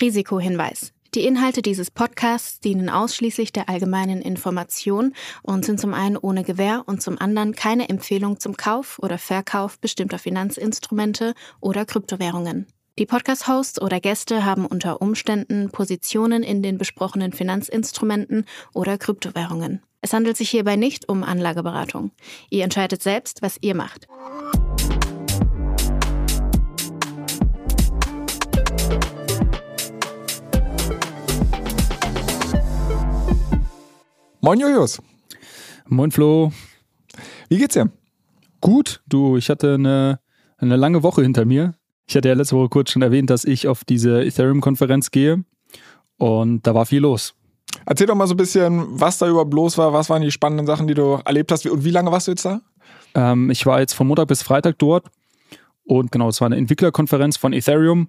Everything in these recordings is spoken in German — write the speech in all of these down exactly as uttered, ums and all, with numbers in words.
Risikohinweis. Die Inhalte dieses Podcasts dienen ausschließlich der allgemeinen Information und sind zum einen ohne Gewähr und zum anderen keine Empfehlung zum Kauf oder Verkauf bestimmter Finanzinstrumente oder Kryptowährungen. Die Podcast-Hosts oder Gäste haben unter Umständen Positionen in den besprochenen Finanzinstrumenten oder Kryptowährungen. Es handelt sich hierbei nicht um Anlageberatung. Ihr entscheidet selbst, was ihr macht. Moin Julius. Moin Flo. Wie geht's dir? Gut, du, ich hatte eine, eine lange Woche hinter mir. Ich hatte ja letzte Woche kurz schon erwähnt, dass ich auf diese Ethereum-Konferenz gehe und da war viel los. Erzähl doch mal so ein bisschen, was da überhaupt los war, was waren die spannenden Sachen, die du erlebt hast und wie lange warst du jetzt da? Ähm, ich war jetzt von Montag bis Freitag dort und genau, es war eine Entwicklerkonferenz von Ethereum,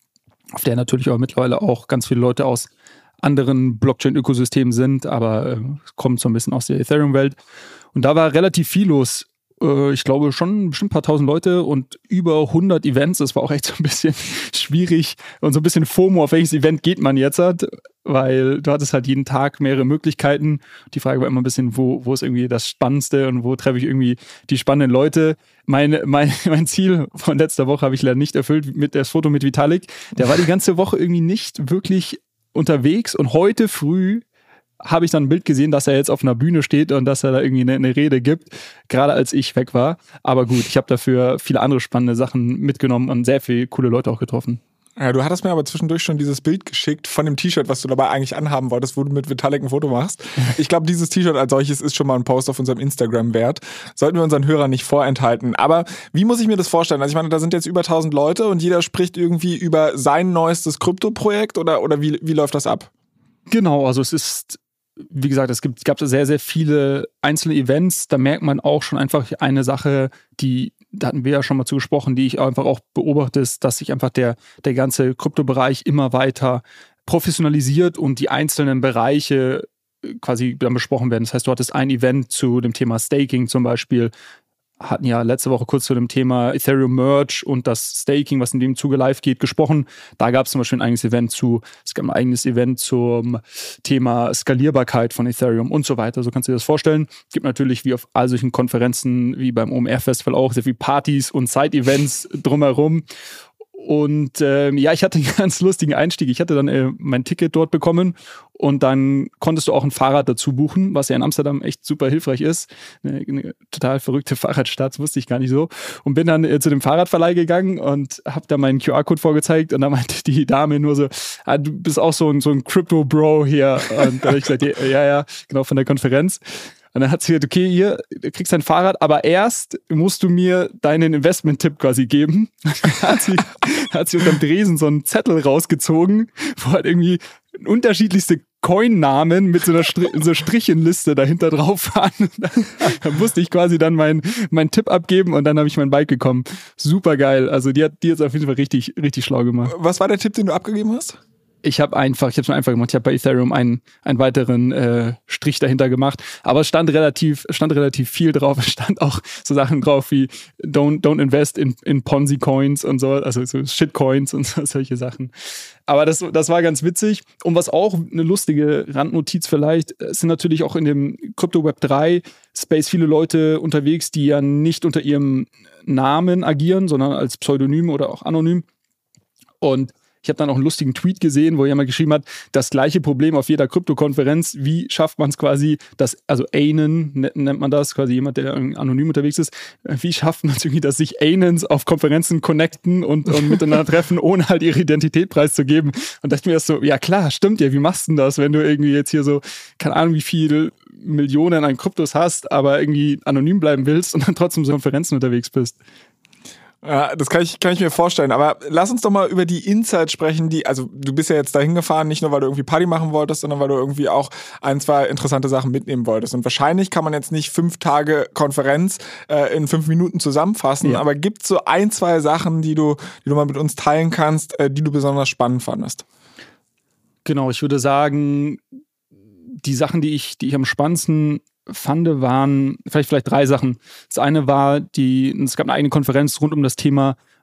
auf der natürlich auch mittlerweile auch ganz viele Leute aus anderen Blockchain-Ökosystemen sind, aber äh, es kommt so ein bisschen aus der Ethereum-Welt. Und da war relativ viel los. Äh, ich glaube schon bestimmt ein paar tausend Leute und über hundert Events. Das war auch echt so ein bisschen schwierig und so ein bisschen FOMO, auf welches Event geht man jetzt hat, weil du hattest halt jeden Tag mehrere Möglichkeiten. Die Frage war immer ein bisschen, wo, wo ist irgendwie das Spannendste und wo treffe ich irgendwie die spannenden Leute. Mein, mein, mein Ziel von letzter Woche habe ich leider nicht erfüllt mit das Foto mit Vitalik. Der war die ganze Woche irgendwie nicht wirklich unterwegs und heute früh habe ich dann ein Bild gesehen, dass er jetzt auf einer Bühne steht und dass er da irgendwie eine, eine Rede gibt, gerade als ich weg war. Aber gut, ich habe dafür viele andere spannende Sachen mitgenommen und sehr viele coole Leute auch getroffen. Ja, du hattest mir aber zwischendurch schon dieses Bild geschickt von dem T-Shirt, was du dabei eigentlich anhaben wolltest, wo du mit Vitalik ein Foto machst. Ich glaube, dieses T-Shirt als solches ist schon mal ein Post auf unserem Instagram wert. Sollten wir unseren Hörern nicht vorenthalten. Aber wie muss ich mir das vorstellen? Also ich meine, da sind jetzt über tausend Leute und jeder spricht irgendwie über sein neuestes Krypto-Projekt oder, oder wie, wie läuft das ab? Genau, also es ist, wie gesagt, es gibt, gab sehr, sehr viele einzelne Events. Da merkt man auch schon einfach eine Sache, die da hatten wir ja schon mal zu gesprochen, die ich einfach auch beobachte, ist, dass sich einfach der, der ganze Kryptobereich immer weiter professionalisiert und die einzelnen Bereiche quasi dann besprochen werden. Das heißt, du hattest ein Event zu dem Thema Staking zum Beispiel, hatten ja letzte Woche kurz zu dem Thema Ethereum Merge und das Staking, was in dem Zuge live geht, gesprochen. Da gab es zum Beispiel ein eigenes Event zu, es gab ein eigenes Event zum Thema Skalierbarkeit von Ethereum und so weiter. So kannst du dir das vorstellen. Es gibt natürlich wie auf all solchen Konferenzen, wie beim O M R-Festival auch, sehr viele Partys und Side-Events drumherum. Und ähm, ja, ich hatte einen ganz lustigen Einstieg. Ich hatte dann äh, mein Ticket dort bekommen und dann konntest du auch ein Fahrrad dazu buchen, was ja in Amsterdam echt super hilfreich ist. Eine, eine total verrückte Fahrradstadt, das wusste ich gar nicht so. Und bin dann äh, zu dem Fahrradverleih gegangen und habe da meinen Q R-Code vorgezeigt und dann meinte die Dame nur so, ah, du bist auch so ein, so ein Crypto-Bro hier. Und da habe ich gesagt, ja, ja, genau, von der Konferenz. Und dann hat sie gesagt, okay, hier, du kriegst dein Fahrrad, aber erst musst du mir deinen Investment-Tipp quasi geben. hat sie, hat sie unterm Dresen so einen Zettel rausgezogen, wo halt irgendwie unterschiedlichste Coin-Namen mit so einer Stri- so Strichenliste dahinter drauf waren. Da musste ich quasi dann meinen mein Tipp abgeben und dann habe ich mein Bike bekommen. Super geil. Also die hat die jetzt auf jeden Fall richtig, richtig schlau gemacht. Was war der Tipp, den du abgegeben hast? Ich habe einfach, ich habe es mir einfach gemacht. Ich habe bei Ethereum einen, einen weiteren äh, Strich dahinter gemacht. Aber es stand relativ, stand relativ viel drauf. Es stand auch so Sachen drauf wie don't, don't invest in, in Ponzi-Coins und so, also so Shitcoins und so, solche Sachen. Aber das, das war ganz witzig. Und was auch eine lustige Randnotiz vielleicht, es sind natürlich auch in dem Crypto-Web drei Space viele Leute unterwegs, die ja nicht unter ihrem Namen agieren, sondern als Pseudonym oder auch anonym. Und ich habe dann auch einen lustigen Tweet gesehen, wo jemand geschrieben hat, das gleiche Problem auf jeder Krypto-Konferenz. Wie schafft man es quasi, dass, also Anen nennt man das, quasi jemand, der anonym unterwegs ist. Wie schafft man es irgendwie, dass sich Anens auf Konferenzen connecten und, und miteinander treffen, ohne halt ihre Identität preiszugeben? Und dachte mir das so, ja klar, stimmt ja, wie machst du denn das, wenn du irgendwie jetzt hier so, keine Ahnung, wie viel Millionen an Kryptos hast, aber irgendwie anonym bleiben willst und dann trotzdem so Konferenzen unterwegs bist? Ja, das kann ich, kann ich mir vorstellen. Aber lass uns doch mal über die Insights sprechen, die, also du bist ja jetzt dahin gefahren, nicht nur, weil du irgendwie Party machen wolltest, sondern weil du irgendwie auch ein, zwei interessante Sachen mitnehmen wolltest. Und wahrscheinlich kann man jetzt nicht fünf Tage Konferenz äh, in fünf Minuten zusammenfassen, ja. Aber gibt es so ein, zwei Sachen, die du, die du mal mit uns teilen kannst, äh, die du besonders spannend fandest? Genau, ich würde sagen, die Sachen, die ich, die ich am spannendsten fand, waren vielleicht, vielleicht drei Sachen. Das eine war, die, es gab eine eigene Konferenz rund um das Thema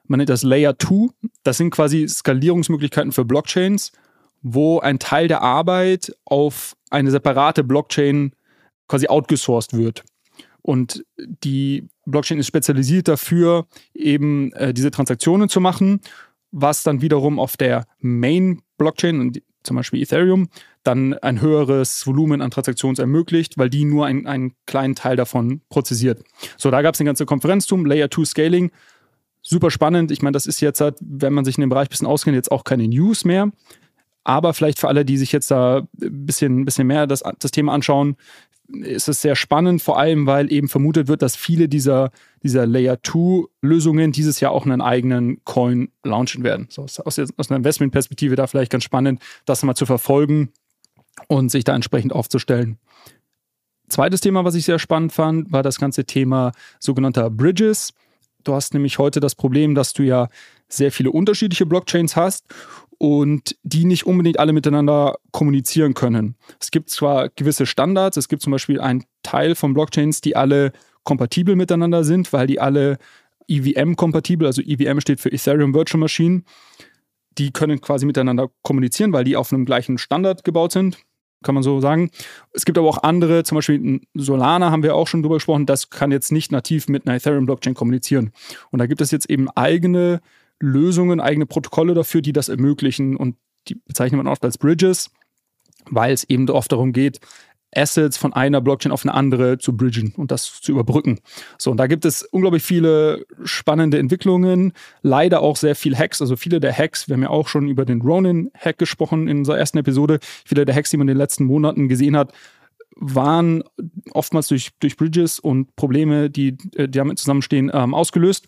man nennt das Layer zwei. Das sind quasi Skalierungsmöglichkeiten für Blockchains, wo ein Teil der Arbeit auf eine separate Blockchain quasi outgesourced wird. Und die Blockchain ist spezialisiert dafür, eben äh, diese Transaktionen zu machen, was dann wiederum auf der Main-Blockchain, zum Beispiel Ethereum, dann ein höheres Volumen an Transaktionen ermöglicht, weil die nur ein, einen kleinen Teil davon prozessiert. So, da gab es eine ganze Konferenz zum Layer zwei Scaling. Super spannend. Ich meine, das ist jetzt, halt, wenn man sich in dem Bereich ein bisschen auskennt, jetzt auch keine News mehr. Aber vielleicht für alle, die sich jetzt da ein bisschen, bisschen mehr das, das Thema anschauen, ist es sehr spannend, vor allem, weil eben vermutet wird, dass viele dieser, dieser Layer zwei Lösungen dieses Jahr auch einen eigenen Coin launchen werden. So, aus, aus einer Investmentperspektive da vielleicht ganz spannend, das mal zu verfolgen und sich da entsprechend aufzustellen. Zweites Thema, was ich sehr spannend fand, war das ganze Thema sogenannter Bridges. Du hast nämlich heute das Problem, dass du ja sehr viele unterschiedliche Blockchains hast und die nicht unbedingt alle miteinander kommunizieren können. Es gibt zwar gewisse Standards, es gibt zum Beispiel einen Teil von Blockchains, die alle kompatibel miteinander sind, weil die alle E V M-kompatibel, also E V M steht für Ethereum Virtual Machine, die können quasi miteinander kommunizieren, weil die auf einem gleichen Standard gebaut sind, kann man so sagen. Es gibt aber auch andere, zum Beispiel Solana haben wir auch schon drüber gesprochen, das kann jetzt nicht nativ mit einer Ethereum-Blockchain kommunizieren. Und da gibt es jetzt eben eigene Lösungen, eigene Protokolle dafür, die das ermöglichen und die bezeichnet man oft als Bridges, weil es eben oft darum geht, Assets von einer Blockchain auf eine andere zu bridgen und das zu überbrücken. So, und da gibt es unglaublich viele spannende Entwicklungen, leider auch sehr viel Hacks, also viele der Hacks, wir haben ja auch schon über den Ronin-Hack gesprochen in unserer ersten Episode, viele der Hacks, die man in den letzten Monaten gesehen hat, waren oftmals durch, durch Bridges und Probleme, die, die damit zusammenstehen, ähm, ausgelöst.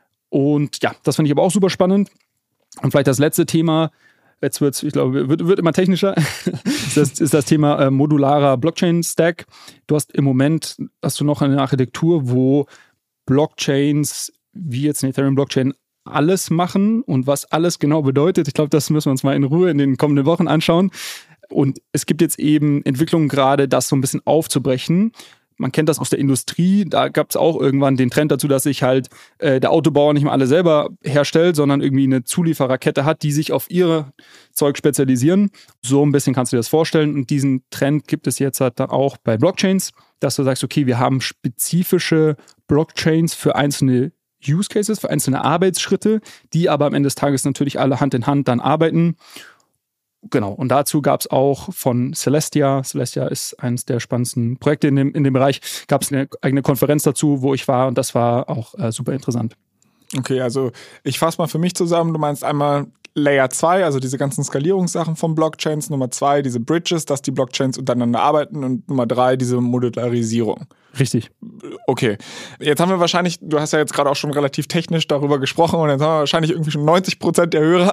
Und ja, das fand ich aber auch super spannend. Und vielleicht das letzte Thema, jetzt wird's, ich glaube, wird, wird immer technischer, das ist das Thema äh, modularer Blockchain-Stack. Du hast im Moment, hast du noch eine Architektur, wo Blockchains, wie jetzt eine Ethereum-Blockchain, alles machen und was alles genau bedeutet. Ich glaube, das müssen wir uns mal in Ruhe in den kommenden Wochen anschauen. Und es gibt jetzt eben Entwicklungen gerade, das so ein bisschen aufzubrechen. Man kennt das aus der Industrie, da gab es auch irgendwann den Trend dazu, dass sich halt äh, der Autobauer nicht mehr alle selber herstellt, sondern irgendwie eine Zuliefererkette hat, die sich auf ihre Zeug spezialisieren. So ein bisschen kannst du dir das vorstellen und diesen Trend gibt es jetzt halt dann auch bei Blockchains, dass du sagst, okay, wir haben spezifische Blockchains für einzelne Use Cases, für einzelne Arbeitsschritte, die aber am Ende des Tages natürlich alle Hand in Hand dann arbeiten. Genau, und dazu gab es auch von Celestia, Celestia ist eines der spannendsten Projekte in dem, in dem Bereich, gab es eine eigene Konferenz dazu, wo ich war und das war auch äh, super interessant. Okay, also ich fasse mal für mich zusammen, du meinst einmal Layer zwei, also diese ganzen Skalierungssachen von Blockchains, Nummer zwei, diese Bridges, dass die Blockchains untereinander arbeiten und Nummer drei, diese Modularisierung. Richtig. Okay. Jetzt haben wir wahrscheinlich, du hast ja jetzt gerade auch schon relativ technisch darüber gesprochen und jetzt haben wir wahrscheinlich irgendwie schon neunzig Prozent der Hörer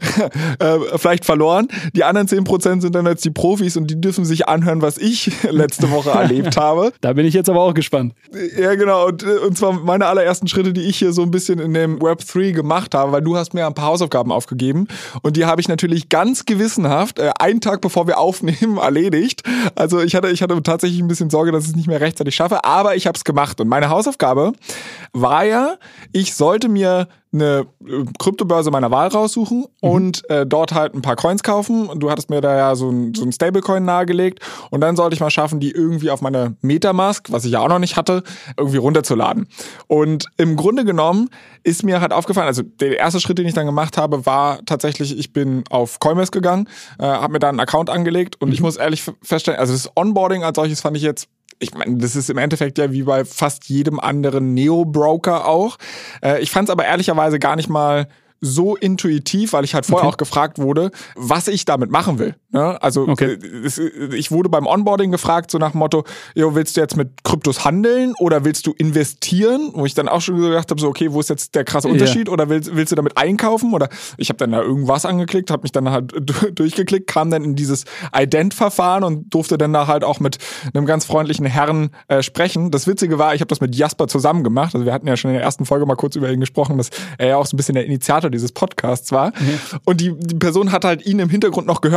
äh, vielleicht verloren. Die anderen zehn Prozent sind dann jetzt die Profis und die dürfen sich anhören, was ich letzte Woche erlebt habe. Da bin ich jetzt aber auch gespannt. Ja, genau. Und, und zwar meine allerersten Schritte, die ich hier so ein bisschen in dem Web drei gemacht habe, weil du hast mir ein paar Hausaufgaben aufgegeben und die habe ich natürlich ganz gewissenhaft äh, einen Tag bevor wir aufnehmen erledigt. Also ich hatte, ich hatte tatsächlich ein bisschen Sorge, dass ich es nicht mehr rechtzeitig schaffe. Aber ich habe es gemacht und meine Hausaufgabe war ja, ich sollte mir eine Kryptobörse meiner Wahl raussuchen mhm. und äh, dort halt ein paar Coins kaufen. Du hattest mir da ja so ein, so ein Stablecoin nahegelegt und dann sollte ich mal schaffen, die irgendwie auf meine Metamask, was ich ja auch noch nicht hatte, irgendwie runterzuladen. Und im Grunde genommen ist mir halt aufgefallen, also der erste Schritt, den ich dann gemacht habe, war tatsächlich, ich bin auf Coinbase gegangen, äh, habe mir da einen Account angelegt und mhm. ich muss ehrlich feststellen, also das Onboarding als solches fand ich jetzt, ich meine, das ist im Endeffekt ja wie bei fast jedem anderen Neo-Broker auch. Äh, ich fand es aber ehrlicherweise gar nicht mal so intuitiv, weil ich halt vorher okay. auch gefragt wurde, was ich damit machen will. Ne? Also okay. es, ich wurde beim Onboarding gefragt, so nach dem Motto, jo, willst du jetzt mit Kryptos handeln oder willst du investieren? Wo ich dann auch schon gedacht habe, so okay, wo ist jetzt der krasse Unterschied? Ja. Oder willst, willst du damit einkaufen? Oder ich habe dann da irgendwas angeklickt, habe mich dann halt durchgeklickt, kam dann in dieses Ident-Verfahren und durfte dann da halt auch mit einem ganz freundlichen Herrn äh, sprechen. Das Witzige war, ich habe das mit Jasper zusammen gemacht. Also wir hatten ja schon in der ersten Folge mal kurz über ihn gesprochen, dass er ja auch so ein bisschen der Initiator dieses Podcasts war. Mhm. Und die, die Person hat halt ihn im Hintergrund noch gehört und meinte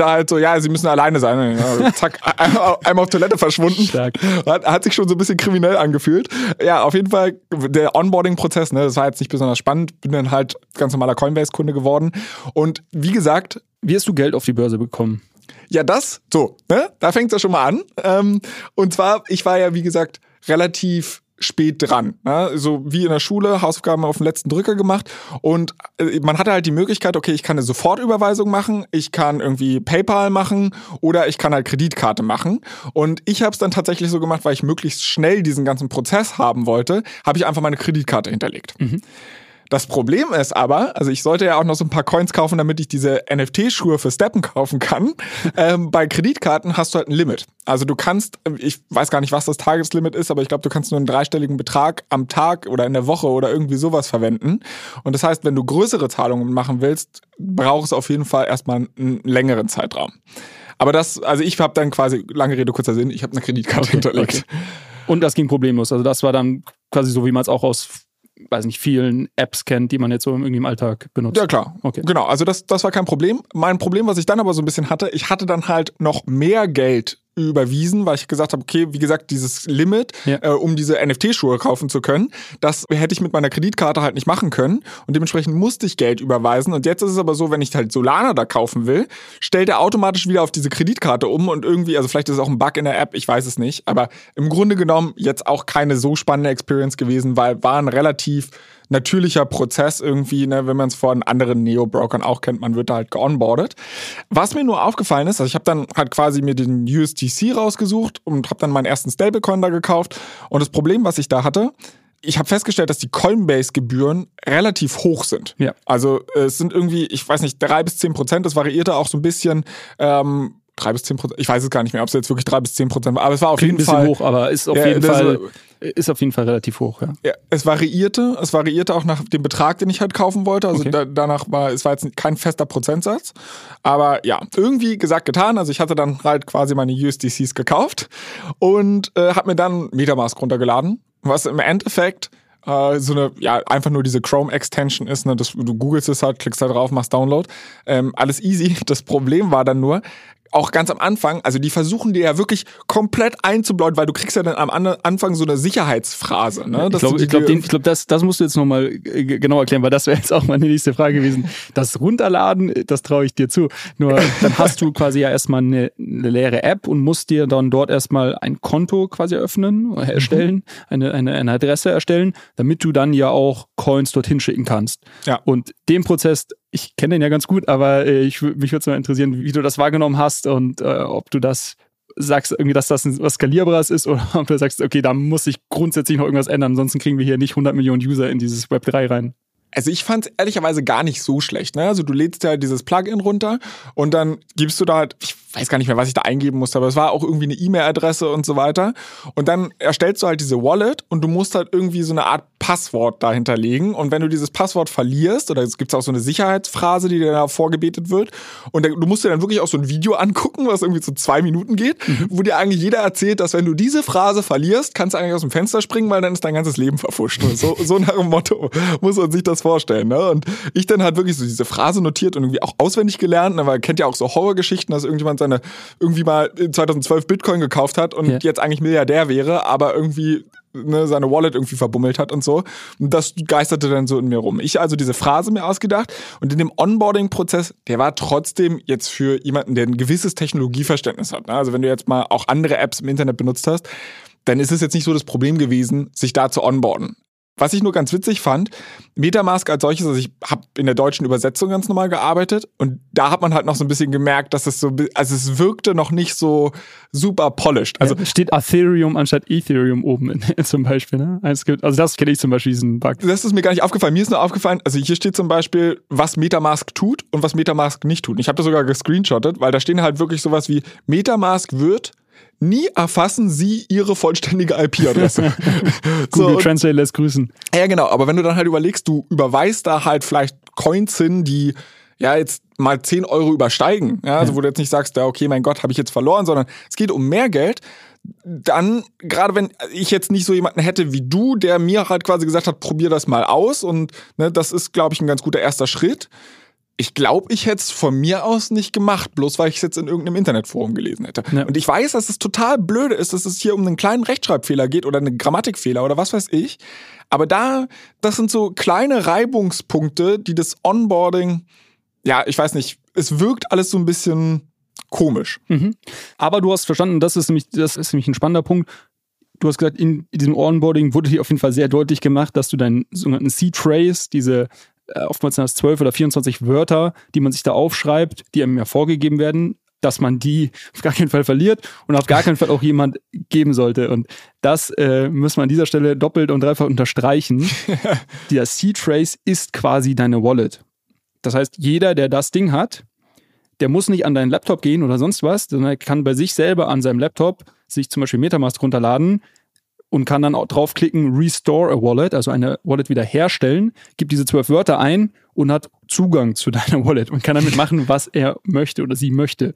da halt so, ja, sie müssen alleine sein. Ja, zack, einmal, einmal auf Toilette verschwunden. Hat, hat sich schon so ein bisschen kriminell angefühlt. Ja, auf jeden Fall der Onboarding-Prozess, ne, das war jetzt nicht besonders spannend. Bin dann halt ganz normaler Coinbase-Kunde geworden. Und wie gesagt... Wie hast du Geld auf die Börse bekommen? Ja, das, so, ne, da fängt's ja schon mal an. Ähm, und zwar, ich war ja, wie gesagt, relativ spät dran. Ne? So wie in der Schule, Hausaufgaben auf den letzten Drücker gemacht. Und äh, man hatte halt die Möglichkeit, okay, ich kann eine Sofortüberweisung machen, ich kann irgendwie PayPal machen oder ich kann halt Kreditkarte machen. Und ich habe es dann tatsächlich so gemacht, weil ich möglichst schnell diesen ganzen Prozess haben wollte, habe ich einfach meine Kreditkarte hinterlegt. Mhm. Das Problem ist aber, also ich sollte ja auch noch so ein paar Coins kaufen, damit ich diese N F T-Schuhe für Steppen kaufen kann. ähm, bei Kreditkarten hast du halt ein Limit. Also du kannst, ich weiß gar nicht, was das Tageslimit ist, aber ich glaube, du kannst nur einen dreistelligen Betrag am Tag oder in der Woche oder irgendwie sowas verwenden. Und das heißt, wenn du größere Zahlungen machen willst, brauchst du auf jeden Fall erstmal einen längeren Zeitraum. Aber das, also ich habe dann quasi, lange Rede, kurzer Sinn, ich habe eine Kreditkarte okay, hinterlegt. Okay. Und das ging problemlos. Also das war dann quasi so, wie man es auch aus weiß nicht, vielen Apps kennt, die man jetzt so irgendwie im Alltag benutzt. Ja, klar. Okay. Genau, also das, das war kein Problem. Mein Problem, was ich dann aber so ein bisschen hatte, ich hatte dann halt noch mehr Geld überwiesen, weil ich gesagt habe, okay, wie gesagt, dieses Limit, ja. äh, um diese N F T-Schuhe kaufen zu können, das hätte ich mit meiner Kreditkarte halt nicht machen können und dementsprechend musste ich Geld überweisen und jetzt ist es aber so, wenn ich halt Solana da kaufen will, stellt er automatisch wieder auf diese Kreditkarte um und irgendwie, also vielleicht ist es auch ein Bug in der App, ich weiß es nicht, aber im Grunde genommen jetzt auch keine so spannende Experience gewesen, weil war ein relativ natürlicher Prozess irgendwie, ne, wenn man es von anderen Neo-Brokern auch kennt, man wird da halt geonboardet. Was mir nur aufgefallen ist, also ich habe dann halt quasi mir den U S D C rausgesucht und habe dann meinen ersten Stablecoin da gekauft und das Problem, was ich da hatte, ich habe festgestellt, dass die Coinbase-Gebühren relativ hoch sind. Ja. Also es sind irgendwie, ich weiß nicht, drei bis zehn Prozent, das variierte auch so ein bisschen, ähm, drei bis zehn Prozent, ich weiß es gar nicht mehr, ob es jetzt wirklich drei bis zehn Prozent war, aber es war auf Klingt jeden Fall... ein bisschen hoch, aber ist auf ja, jeden Fall... Ist auf jeden Fall relativ hoch, ja. Ja, es variierte, es variierte auch nach dem Betrag, den ich halt kaufen wollte. Also okay. da, danach war, es war jetzt kein fester Prozentsatz. Aber ja, irgendwie gesagt, getan. Also ich hatte dann halt quasi meine U S D Cs gekauft und äh, habe mir dann MetaMask runtergeladen, was im Endeffekt äh, so eine, ja, einfach nur diese Chrome-Extension ist. Ne? Das, du googelst es halt, klickst da drauf, machst Download. Ähm, alles easy. Das Problem war dann nur, auch ganz am Anfang, also die versuchen dir ja wirklich komplett einzubläuen, weil du kriegst ja dann am Anfang so eine Sicherheitsphrase. Ne? Ich glaube, glaub, glaub, das, das musst du jetzt nochmal genau erklären, weil das wäre jetzt auch mal die nächste Frage gewesen. Das Runterladen, das traue ich dir zu. Nur dann hast du quasi ja erstmal eine, eine leere App und musst dir dann dort erstmal ein Konto quasi eröffnen, erstellen, mhm. eine, eine, eine Adresse erstellen, damit du dann ja auch Coins dorthin schicken kannst. Ja. Und den Prozess, ich kenne den ja ganz gut, aber äh, ich, mich würde es mal interessieren, wie du das wahrgenommen hast und äh, ob du das sagst, irgendwie, dass das was Skalierbares ist oder ob du sagst, okay, da muss sich grundsätzlich noch irgendwas ändern, ansonsten kriegen wir hier nicht hundert Millionen User in dieses Web drei rein. Also ich fand es ehrlicherweise gar nicht so schlecht. Ne? Also du lädst ja dieses Plugin runter und dann gibst du da halt, ich weiß gar nicht mehr, was ich da eingeben musste, aber es war auch irgendwie eine E-Mail-Adresse und so weiter. Und dann erstellst du halt diese Wallet und du musst halt irgendwie so eine Art Passwort dahinter legen. Und wenn du dieses Passwort verlierst, oder es gibt auch so eine Sicherheitsphrase, die dir da vorgebetet wird, und du musst dir dann wirklich auch so ein Video angucken, was irgendwie so zwei Minuten geht, mhm. wo dir eigentlich jeder erzählt, dass wenn du diese Phrase verlierst, kannst du eigentlich aus dem Fenster springen, weil dann ist dein ganzes Leben verpfuscht. So, so nach dem Motto muss man sich das vorstellen. Ne? Und ich dann halt wirklich so diese Phrase notiert und irgendwie auch auswendig gelernt, ne? Weil man kennt ja auch so Horrorgeschichten, dass irgendjemand seine irgendwie mal zweitausendzwölf Bitcoin gekauft hat und ja. jetzt eigentlich Milliardär wäre, aber irgendwie ne, seine Wallet irgendwie verbummelt hat und so. Und das geisterte dann so in mir rum. Ich also diese Phrase mir ausgedacht und in dem Onboarding-Prozess, der war trotzdem jetzt für jemanden, der ein gewisses Technologieverständnis hat. Ne? Also wenn du jetzt mal auch andere Apps im Internet benutzt hast, dann ist es jetzt nicht so das Problem gewesen, sich da zu onboarden. Was ich nur ganz witzig fand, MetaMask als solches, also ich habe in der deutschen Übersetzung ganz normal gearbeitet und da hat man halt noch so ein bisschen gemerkt, dass es so, also es wirkte noch nicht so super polished. Also ja, steht Ethereum anstatt Ethereum oben in, zum Beispiel. Ne? Also das kenne ich zum Beispiel, diesen Bug. Das ist mir gar nicht aufgefallen. Mir ist nur aufgefallen, also hier steht zum Beispiel, was MetaMask tut und was MetaMask nicht tut. Ich habe das sogar gescreenshottet, weil da stehen halt wirklich sowas wie MetaMask wird nie erfassen Sie Ihre vollständige I P-Adresse. Google so, Translate lässt grüßen. Ja, genau. Aber wenn du dann halt überlegst, du überweist da halt vielleicht Coins hin, die ja jetzt mal zehn Euro übersteigen. Ja, also ja. wo du jetzt nicht sagst, ja, okay, mein Gott, habe ich jetzt verloren, sondern es geht um mehr Geld. Dann, gerade wenn ich jetzt nicht so jemanden hätte wie du, der mir halt quasi gesagt hat, probier das mal aus und ne, das ist, glaube ich, ein ganz guter erster Schritt. ich glaube, ich hätte es von mir aus nicht gemacht, bloß weil ich es jetzt in irgendeinem Internetforum gelesen hätte. Ja. Und ich weiß, dass es total blöde ist, dass es hier um einen kleinen Rechtschreibfehler geht oder einen Grammatikfehler oder was weiß ich. Aber da, das sind so kleine Reibungspunkte, die das Onboarding, ja, ich weiß nicht, es wirkt alles so ein bisschen komisch. Mhm. Aber du hast verstanden, das ist nämlich, das ist nämlich ein spannender Punkt. Du hast gesagt, in diesem Onboarding wurde dir auf jeden Fall sehr deutlich gemacht, dass du deinen sogenannten Seed-Phrase, diese oftmals sind das zwölf oder vierundzwanzig Wörter, die man sich da aufschreibt, die einem ja vorgegeben werden, dass man die auf gar keinen Fall verliert und auf gar keinen Fall auch jemand geben sollte. Und das äh, müssen wir an dieser Stelle doppelt und dreifach unterstreichen. Der Seed Phrase ist quasi deine Wallet. Das heißt, jeder, der das Ding hat, der muss nicht an deinen Laptop gehen oder sonst was, sondern er kann bei sich selber an seinem Laptop sich zum Beispiel MetaMask runterladen und kann dann auch draufklicken, Restore a Wallet, also eine Wallet wieder herstellen, gibt diese zwölf Wörter ein und hat Zugang zu deiner Wallet und kann damit machen, was er möchte oder sie möchte.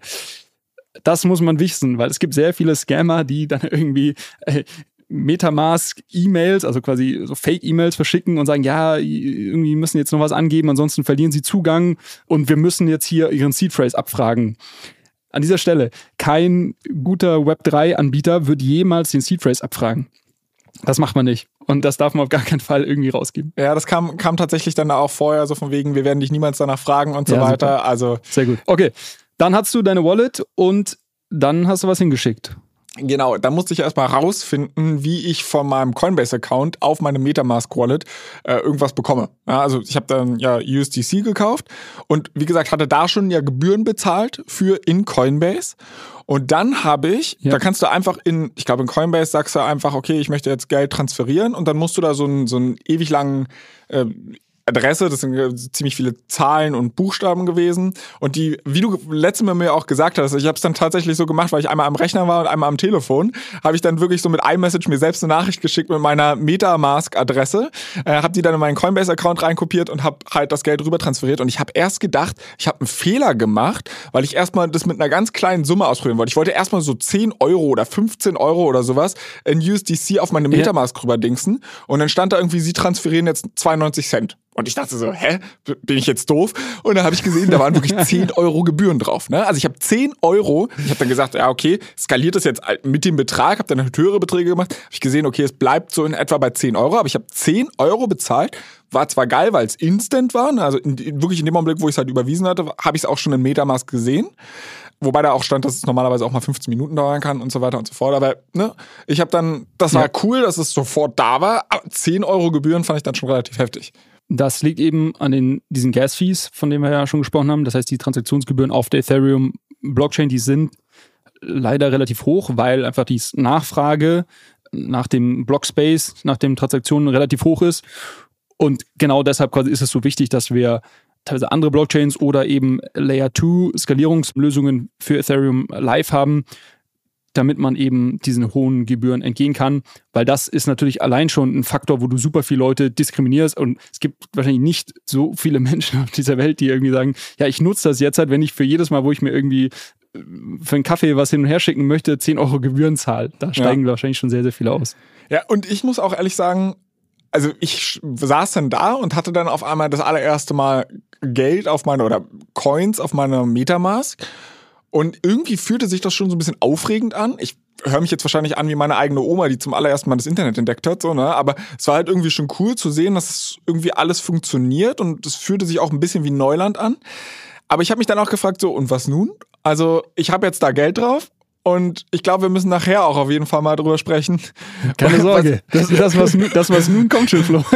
Das muss man wissen, weil es gibt sehr viele Scammer, die dann irgendwie äh, MetaMask-E-Mails, also quasi so Fake-E-Mails verschicken und sagen, ja, irgendwie müssen jetzt noch was angeben, ansonsten verlieren sie Zugang und wir müssen jetzt hier ihren Seed-Phrase abfragen. An dieser Stelle, kein guter Web drei Anbieter wird jemals den Seed-Phrase abfragen. Das macht man nicht. Und das darf man auf gar keinen Fall irgendwie rausgeben. Ja, das kam, kam tatsächlich dann auch vorher so von wegen, wir werden dich niemals danach fragen und so ja, weiter. Super. Also sehr gut. Okay, dann hast du deine Wallet und dann hast du was hingeschickt. Genau, da musste ich erstmal rausfinden, wie ich von meinem Coinbase-Account auf meine MetaMask-Wallet äh, irgendwas bekomme. Ja, also ich habe dann ja U S D C gekauft und wie gesagt, hatte da schon ja Gebühren bezahlt für in Coinbase. Und dann habe ich, ja. da kannst du einfach in, ich glaube in Coinbase sagst du einfach, okay, ich möchte jetzt Geld transferieren und dann musst du da so einen, so einen ewig langen äh, Adresse, das sind ziemlich viele Zahlen und Buchstaben gewesen und die, wie du letztes Mal mir auch gesagt hast, ich habe es dann tatsächlich so gemacht, weil ich einmal am Rechner war und einmal am Telefon, habe ich dann wirklich so mit iMessage mir selbst eine Nachricht geschickt mit meiner MetaMask-Adresse, äh, habe die dann in meinen Coinbase-Account reinkopiert und habe halt das Geld rüber transferiert und ich habe erst gedacht, ich habe einen Fehler gemacht, weil ich erstmal das mit einer ganz kleinen Summe ausprobieren wollte. Ich wollte erstmal so zehn Euro oder fünfzehn Euro oder sowas in U S D C auf meine MetaMask ja. rüberdingsen und dann stand da irgendwie, sie transferieren jetzt zweiundneunzig Cent. Und ich dachte so, hä, bin ich jetzt doof? Und dann habe ich gesehen, da waren wirklich zehn Euro Gebühren drauf. Ne? Also ich habe zehn Euro, ich habe dann gesagt, ja okay, skaliert das jetzt mit dem Betrag, habe dann höhere Beträge gemacht, habe ich gesehen, okay, es bleibt so in etwa bei zehn Euro, aber ich habe zehn Euro bezahlt, war zwar geil, weil es instant war, ne? Also in, wirklich in dem Augenblick, wo ich es halt überwiesen hatte, habe ich es auch schon in MetaMask gesehen. Wobei da auch stand, dass es normalerweise auch mal fünfzehn Minuten dauern kann und so weiter und so fort. Aber ne, ich habe dann, das war ja. cool, dass es sofort da war, aber zehn Euro Gebühren fand ich dann schon relativ heftig. Das liegt eben an den, diesen Gas-Fees, von denen wir ja schon gesprochen haben. Das heißt, die Transaktionsgebühren auf der Ethereum-Blockchain, die sind leider relativ hoch, weil einfach die Nachfrage nach dem Blockspace, nach den Transaktionen relativ hoch ist. Und genau deshalb quasi ist es so wichtig, dass wir teilweise andere Blockchains oder eben Layer zwei Skalierungslösungen für Ethereum live haben, damit man eben diesen hohen Gebühren entgehen kann, weil das ist natürlich allein schon ein Faktor, wo du super viele Leute diskriminierst und es gibt wahrscheinlich nicht so viele Menschen auf dieser Welt, die irgendwie sagen, ja, ich nutze das jetzt halt, wenn ich für jedes Mal, wo ich mir irgendwie für einen Kaffee was hin und her schicken möchte, zehn Euro Gebühren zahle. Da steigen ja. wahrscheinlich schon sehr, sehr viele aus. Ja, und ich muss auch ehrlich sagen, also ich saß dann da und hatte dann auf einmal das allererste Mal Geld auf meine, oder Coins auf meiner MetaMask. Und irgendwie fühlte sich das schon so ein bisschen aufregend an. Ich höre mich jetzt wahrscheinlich an wie meine eigene Oma, die zum allerersten Mal das Internet entdeckt hat, so, ne? Aber es war halt irgendwie schon cool zu sehen, dass es irgendwie alles funktioniert und es fühlte sich auch ein bisschen wie Neuland an. Aber ich habe mich dann auch gefragt, so, und was nun? Also ich habe jetzt da Geld drauf. Und ich glaube, wir müssen nachher auch auf jeden Fall mal drüber sprechen. Keine Sorge, das, das, was, das was nun kommt schon, Flo.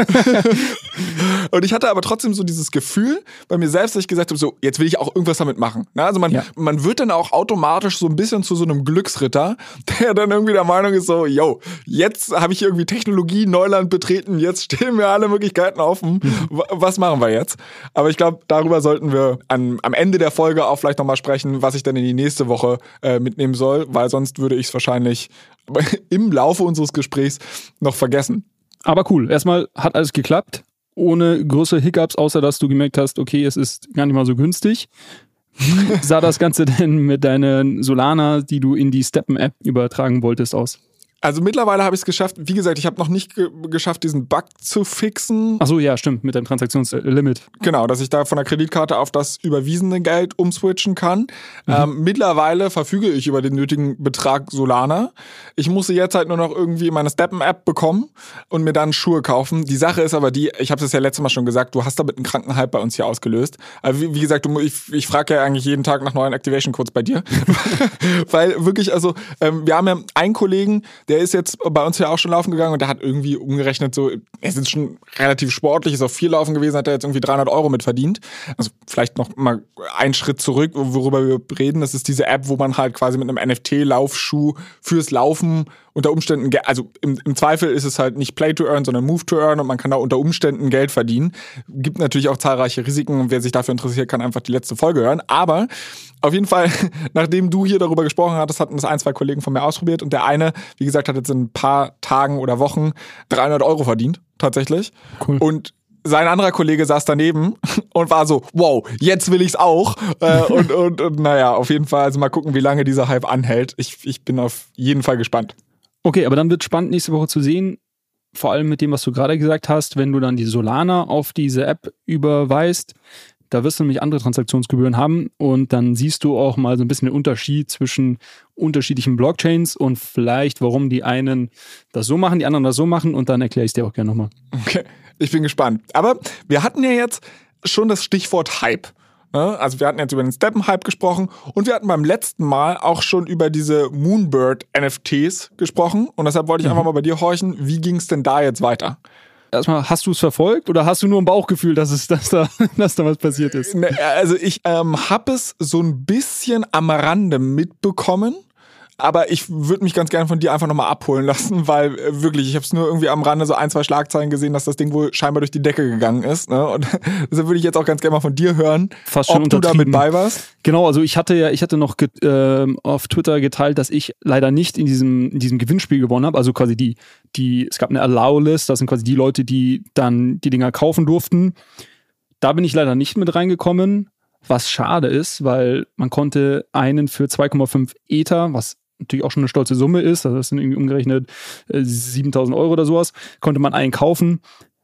Und ich hatte aber trotzdem so dieses Gefühl bei mir selbst, dass ich gesagt habe, so, jetzt will ich auch irgendwas damit machen. Also man, ja. man wird dann auch automatisch so ein bisschen zu so einem Glücksritter, der dann irgendwie der Meinung ist, so, yo, jetzt habe ich irgendwie Technologie, Neuland betreten, jetzt stehen mir alle Möglichkeiten offen. Mhm. Was machen wir jetzt? Aber ich glaube, darüber sollten wir an, am Ende der Folge auch vielleicht nochmal sprechen, was ich dann in die nächste Woche äh, mitnehmen soll. Weil sonst würde ich es wahrscheinlich im Laufe unseres Gesprächs noch vergessen. Aber cool, erstmal hat alles geklappt, ohne größere Hiccups, außer dass du gemerkt hast, okay, es ist gar nicht mal so günstig. Wie sah das Ganze denn mit deinen Solana, die du in die Steppen-App übertragen wolltest, aus? Also mittlerweile habe ich es geschafft. Wie gesagt, ich habe noch nicht ge- geschafft, diesen Bug zu fixen. Ach so, ja, stimmt, mit dem Transaktionslimit. Genau, dass ich da von der Kreditkarte auf das überwiesene Geld umswitchen kann. Mhm. Ähm, mittlerweile verfüge ich über den nötigen Betrag Solana. Ich muss sie jetzt halt nur noch irgendwie meine Steppen-App bekommen und mir dann Schuhe kaufen. Die Sache ist aber die, ich habe es ja letztes Mal schon gesagt, du hast damit einen kranken Hype bei uns hier ausgelöst. Also wie, wie gesagt, du, ich, ich frage ja eigentlich jeden Tag nach neuen Activation-Codes bei dir. Weil wirklich, also ähm, wir haben ja einen Kollegen, der ist jetzt bei uns ja auch schon laufen gegangen und der hat irgendwie umgerechnet so, es ist schon relativ sportlich, ist auch viel laufen gewesen, hat er jetzt irgendwie dreihundert Euro mit verdient. Also vielleicht noch mal einen Schritt zurück, worüber wir reden, das ist diese App, wo man halt quasi mit einem N F T-Laufschuh fürs Laufen unter Umständen, also im, im Zweifel ist es halt nicht Play to Earn, sondern Move to Earn und man kann da unter Umständen Geld verdienen. Gibt natürlich auch zahlreiche Risiken und wer sich dafür interessiert, kann einfach die letzte Folge hören. Aber auf jeden Fall, nachdem du hier darüber gesprochen hattest, hatten das ein, zwei Kollegen von mir ausprobiert und der eine, wie gesagt, hat jetzt in ein paar Tagen oder Wochen dreihundert Euro verdient, tatsächlich. Cool. Und sein anderer Kollege saß daneben und war so, wow, jetzt will ich's auch. Äh, und, und, und naja, auf jeden Fall, also mal gucken, wie lange dieser Hype anhält. Ich, ich bin auf jeden Fall gespannt. Okay, aber dann wird spannend nächste Woche zu sehen, vor allem mit dem, was du gerade gesagt hast, wenn du dann die Solana auf diese App überweist, da wirst du nämlich andere Transaktionsgebühren haben und dann siehst du auch mal so ein bisschen den Unterschied zwischen unterschiedlichen Blockchains und vielleicht, warum die einen das so machen, die anderen das so machen und dann erkläre ich es dir auch gerne nochmal. Okay, ich bin gespannt. Aber wir hatten ja jetzt schon das Stichwort Hype. Also wir hatten jetzt über den Steppen-Hype gesprochen und wir hatten beim letzten Mal auch schon über diese Moonbird-N F Ts gesprochen und deshalb wollte ich einfach mal bei dir horchen, wie ging es denn da jetzt weiter? Erstmal, hast du es verfolgt oder hast du nur ein Bauchgefühl, dass, es, dass, da, dass da was passiert ist? Also ich ähm, habe es so ein bisschen am Rande mitbekommen. Aber ich würde mich ganz gerne von dir einfach nochmal abholen lassen, weil äh, wirklich, ich habe es nur irgendwie am Rande so ein, zwei Schlagzeilen gesehen, dass das Ding wohl scheinbar durch die Decke gegangen ist. Ne? Und deshalb würde ich jetzt auch ganz gerne mal von dir hören, Fast schon ob du damit bei warst. Genau, also ich hatte ja, ich hatte noch get, äh, auf Twitter geteilt, dass ich leider nicht in diesem, in diesem Gewinnspiel gewonnen habe. Also quasi die, die, es gab eine Allow-List, das sind quasi die Leute, die dann die Dinger kaufen durften. Da bin ich leider nicht mit reingekommen, was schade ist, weil man konnte einen für zwei Komma fünf Ether, was natürlich auch schon eine stolze Summe ist, also das sind irgendwie umgerechnet äh, siebentausend Euro oder sowas, konnte man einen kaufen.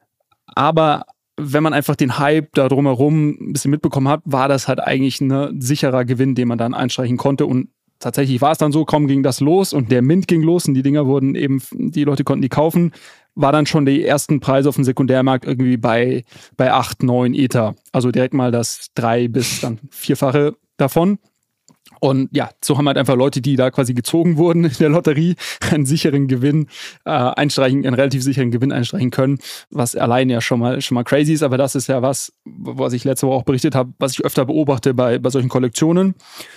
Aber wenn man einfach den Hype da drumherum ein bisschen mitbekommen hat, war das halt eigentlich ein sicherer Gewinn, den man dann einstreichen konnte. Und tatsächlich war es dann so, kaum ging das los und der Mint ging los und die Dinger wurden eben, die Leute konnten die kaufen, war dann schon die ersten Preise auf dem Sekundärmarkt irgendwie bei, bei acht, neun Ether. Also direkt mal das drei bis dann vierfache davon. Und ja, so haben halt einfach Leute, die da quasi gezogen wurden in der Lotterie, einen sicheren Gewinn äh, einstreichen, einen relativ sicheren Gewinn einstreichen können, was allein ja schon mal schon mal crazy ist. Aber das ist ja was, was ich letzte Woche auch berichtet habe, was ich öfter beobachte bei, bei solchen Kollektionen.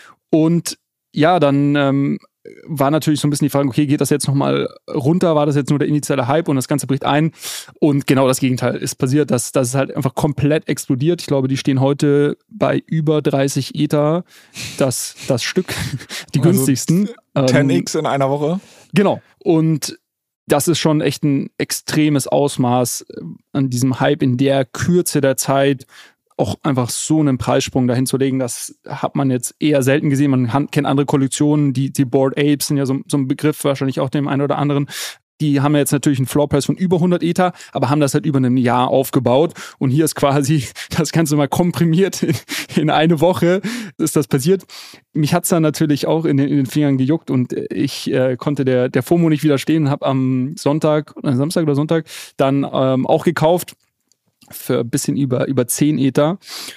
Und ja, dann ähm, war natürlich so ein bisschen die Frage, okay, geht das jetzt nochmal runter? War das jetzt nur der initiale Hype und das Ganze bricht ein? Und genau das Gegenteil ist passiert. Das, das ist halt einfach komplett explodiert. Ich glaube, die stehen heute bei über dreißig Ether. Das, das Stück, die also günstigsten. zehn x in einer Woche. Genau. Und das ist schon echt ein extremes Ausmaß an diesem Hype in der Kürze der Zeit. Auch einfach so einen Preissprung dahin zu legen, das hat man jetzt eher selten gesehen. Man kennt andere Kollektionen, die, die Bored Apes sind ja so, so ein Begriff, wahrscheinlich auch dem einen oder anderen. Die haben ja jetzt natürlich einen Floorpreis von über hundert Ether, aber haben das halt über ein Jahr aufgebaut. Und hier ist quasi das Ganze mal komprimiert. In, in eine Woche ist das passiert. Mich hat's dann natürlich auch in den, in den Fingern gejuckt und ich äh, konnte der, der FOMO nicht widerstehen und habe am Sonntag, äh, Samstag oder Sonntag dann ähm, auch gekauft. Für ein bisschen über, über zehn Ether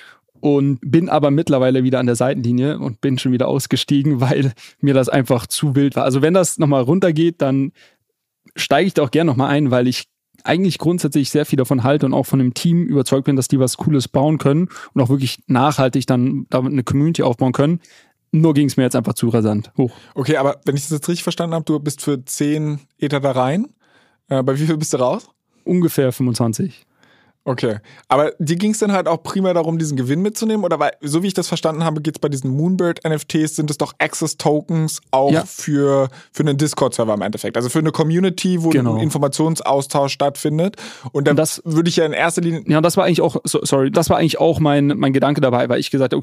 und bin aber mittlerweile wieder an der Seitenlinie und bin schon wieder ausgestiegen, weil mir das einfach zu wild war. Also wenn das nochmal runtergeht, dann steige ich da auch gerne nochmal ein, weil ich eigentlich grundsätzlich sehr viel davon halte und auch von dem Team überzeugt bin, dass die was Cooles bauen können und auch wirklich nachhaltig dann damit eine Community aufbauen können. Nur ging es mir jetzt einfach zu rasant hoch. Okay, aber wenn ich das jetzt richtig verstanden habe, du bist für zehn Ether da rein. Äh, bei wie viel bist du raus? Ungefähr fünfundzwanzig. Okay, aber dir ging es dann halt auch primär darum, diesen Gewinn mitzunehmen? Oder weil, so wie ich das verstanden habe, geht es bei diesen Moonbird-N F Ts, sind es doch Access-Tokens auch ja. für, für einen Discord-Server im Endeffekt. Also für eine Community, wo genau. ein Informationsaustausch stattfindet. Und, dann Und das würde ich ja in erster Linie... Ja, das war eigentlich auch, so, sorry, das war eigentlich auch mein, mein Gedanke dabei, weil ich gesagt habe, okay, ich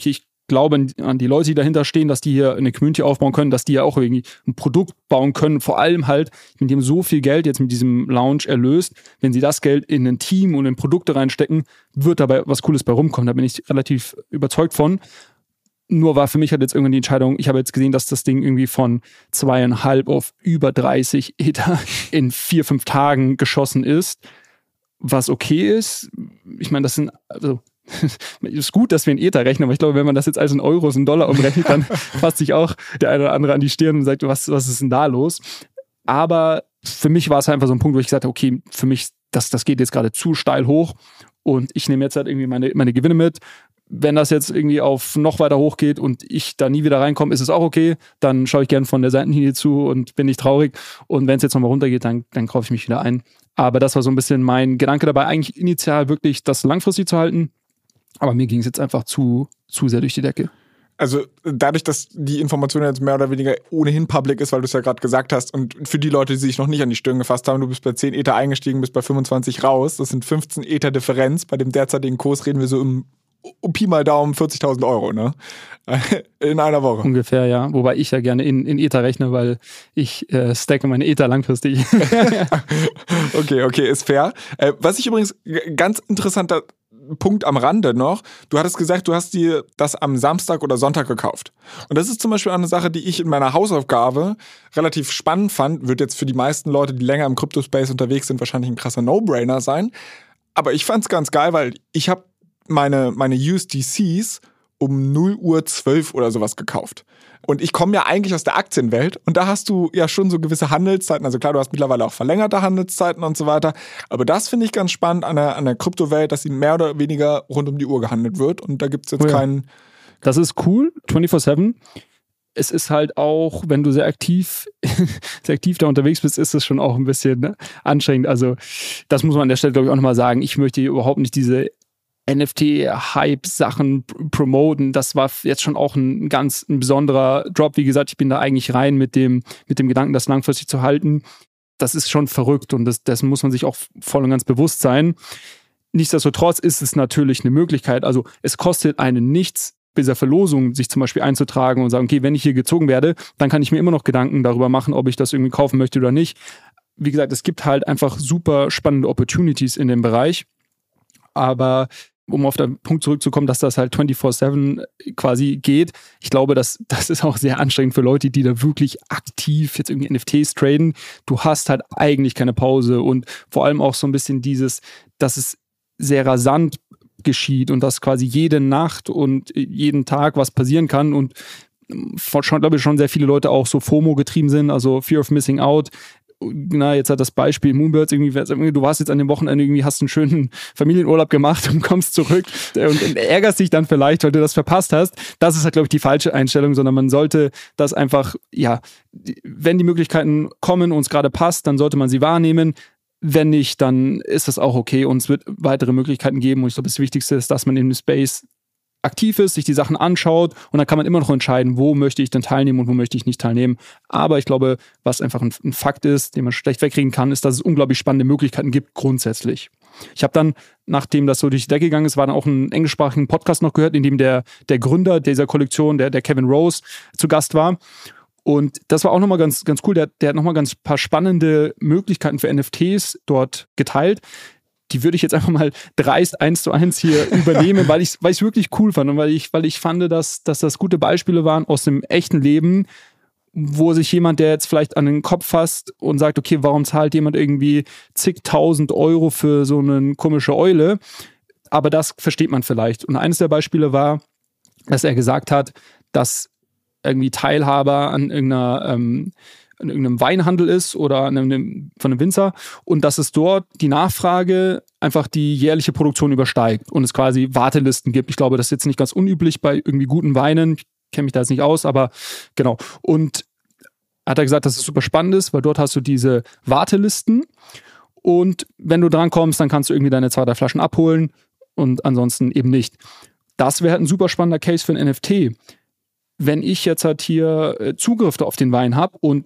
glaube an die Leute, die dahinter stehen, dass die hier eine Community aufbauen können, dass die ja auch irgendwie ein Produkt bauen können. Vor allem halt, mit dem so viel Geld jetzt mit diesem Launch erlöst, wenn sie das Geld in ein Team und in Produkte reinstecken, wird dabei was Cooles bei rumkommen. Da bin ich relativ überzeugt von. Nur war für mich halt jetzt irgendwann die Entscheidung, ich habe jetzt gesehen, dass das Ding irgendwie von zweieinhalb auf über dreißig Ether in vier, fünf Tagen geschossen ist, was okay ist. Ich meine, das sind, also ist gut, dass wir in Ether rechnen, aber ich glaube, wenn man das jetzt als in Euros und Dollar umrechnet, dann fasst sich auch der eine oder andere an die Stirn und sagt, was, was ist denn da los? Aber für mich war es einfach so ein Punkt, wo ich gesagt habe, okay, für mich, das, das geht jetzt gerade zu steil hoch und ich nehme jetzt halt irgendwie meine, meine Gewinne mit. Wenn das jetzt irgendwie auf noch weiter hoch geht und ich da nie wieder reinkomme, ist es auch okay. Dann schaue ich gerne von der Seitenlinie zu und bin nicht traurig. Und wenn es jetzt nochmal runtergeht, dann, dann kaufe ich mich wieder ein. Aber das war so ein bisschen mein Gedanke dabei, eigentlich initial wirklich das langfristig zu halten. Aber mir ging es jetzt einfach zu, zu sehr durch die Decke. Also dadurch, dass die Information jetzt mehr oder weniger ohnehin public ist, weil du es ja gerade gesagt hast, und für die Leute, die sich noch nicht an die Stirn gefasst haben, du bist bei zehn Ether eingestiegen, bist bei fünfundzwanzig raus, das sind fünfzehn Ether Differenz. Bei dem derzeitigen Kurs reden wir so im um Pi mal Daumen vierzigtausend Euro, ne? In einer Woche. Ungefähr, ja. Wobei ich ja gerne in, in Ether rechne, weil ich äh, stacke meine Ether langfristig. Okay, okay, ist fair. Äh, was ich übrigens ganz interessanter Punkt am Rande noch, du hattest gesagt, du hast dir das am Samstag oder Sonntag gekauft. Und das ist zum Beispiel eine Sache, die ich in meiner Hausaufgabe relativ spannend fand, wird jetzt für die meisten Leute, die länger im Crypto-Space unterwegs sind, wahrscheinlich ein krasser No-Brainer sein. Aber ich fand's ganz geil, weil ich habe meine, meine U S D Cs um null Uhr zwölf oder sowas gekauft. Und ich komme ja eigentlich aus der Aktienwelt und da hast du ja schon so gewisse Handelszeiten. Also klar, du hast mittlerweile auch verlängerte Handelszeiten und so weiter. Aber das finde ich ganz spannend an der, an der Kryptowelt, dass sie mehr oder weniger rund um die Uhr gehandelt wird. Und da gibt es jetzt oh ja. keinen... Das ist cool, vierundzwanzig sieben. Es ist halt auch, wenn du sehr aktiv, sehr aktiv da unterwegs bist, ist es schon auch ein bisschen ne, anstrengend. Also das muss man an der Stelle, glaube ich, auch nochmal sagen. Ich möchte überhaupt nicht diese N F T-Hype-Sachen promoten. Das war jetzt schon auch ein ganz ein besonderer Drop. Wie gesagt, ich bin da eigentlich rein mit dem, mit dem Gedanken, das langfristig zu halten. Das ist schon verrückt und das, dessen muss man sich auch voll und ganz bewusst sein. Nichtsdestotrotz ist es natürlich eine Möglichkeit. Also es kostet einen nichts, bei dieser Verlosung sich zum Beispiel einzutragen und sagen, okay, wenn ich hier gezogen werde, dann kann ich mir immer noch Gedanken darüber machen, ob ich das irgendwie kaufen möchte oder nicht. Wie gesagt, es gibt halt einfach super spannende Opportunities in dem Bereich. Aber um auf den Punkt zurückzukommen, dass das halt vierundzwanzig sieben quasi geht. Ich glaube, das, das ist auch sehr anstrengend für Leute, die da wirklich aktiv jetzt irgendwie N F Ts traden. Du hast halt eigentlich keine Pause und vor allem auch so ein bisschen dieses, dass es sehr rasant geschieht und dass quasi jede Nacht und jeden Tag was passieren kann und schon, glaube ich, schon sehr viele Leute auch so FOMO getrieben sind, also Fear of Missing Out. Na, jetzt hat das Beispiel Moonbirds irgendwie, du warst jetzt an dem Wochenende irgendwie, hast einen schönen Familienurlaub gemacht und kommst zurück und ärgerst dich dann vielleicht, weil du das verpasst hast. Das ist halt, glaube ich, die falsche Einstellung, sondern man sollte das einfach, ja, wenn die Möglichkeiten kommen und es gerade passt, dann sollte man sie wahrnehmen. Wenn nicht, dann ist das auch okay und es wird weitere Möglichkeiten geben und ich glaube, das Wichtigste ist, dass man in dem Space aktiv ist, sich die Sachen anschaut und dann kann man immer noch entscheiden, wo möchte ich denn teilnehmen und wo möchte ich nicht teilnehmen. Aber ich glaube, was einfach ein, ein Fakt ist, den man schlecht wegkriegen kann, ist, dass es unglaublich spannende Möglichkeiten gibt, grundsätzlich. Ich habe dann, nachdem das so durch die Decke gegangen ist, war dann auch einen englischsprachigen Podcast noch gehört, in dem der, der Gründer dieser Kollektion, der, der Kevin Rose, zu Gast war. Und das war auch nochmal ganz, ganz cool. Der, der hat nochmal ganz paar spannende Möglichkeiten für N F Ts dort geteilt. Die würde ich jetzt einfach mal dreist eins zu eins hier übernehmen, weil ich es weil ich's wirklich cool fand und weil ich, weil ich fand, dass, dass das gute Beispiele waren aus dem echten Leben, wo sich jemand, der jetzt vielleicht an den Kopf fasst und sagt, okay, warum zahlt jemand irgendwie zigtausend Euro für so eine komische Eule? Aber das versteht man vielleicht. Und eines der Beispiele war, dass er gesagt hat, dass irgendwie Teilhaber an irgendeiner ähm, in irgendeinem Weinhandel ist oder an einem, von einem Winzer und dass es dort die Nachfrage einfach die jährliche Produktion übersteigt und es quasi Wartelisten gibt. Ich glaube, das ist jetzt nicht ganz unüblich bei irgendwie guten Weinen. Ich kenne mich da jetzt nicht aus, aber genau. Und hat er gesagt, dass es super spannend ist, weil dort hast du diese Wartelisten und wenn du drankommst, dann kannst du irgendwie deine zwei, drei Flaschen abholen und ansonsten eben nicht. Das wäre halt ein super spannender Case für ein N F T. Wenn ich jetzt halt hier Zugriff auf den Wein habe und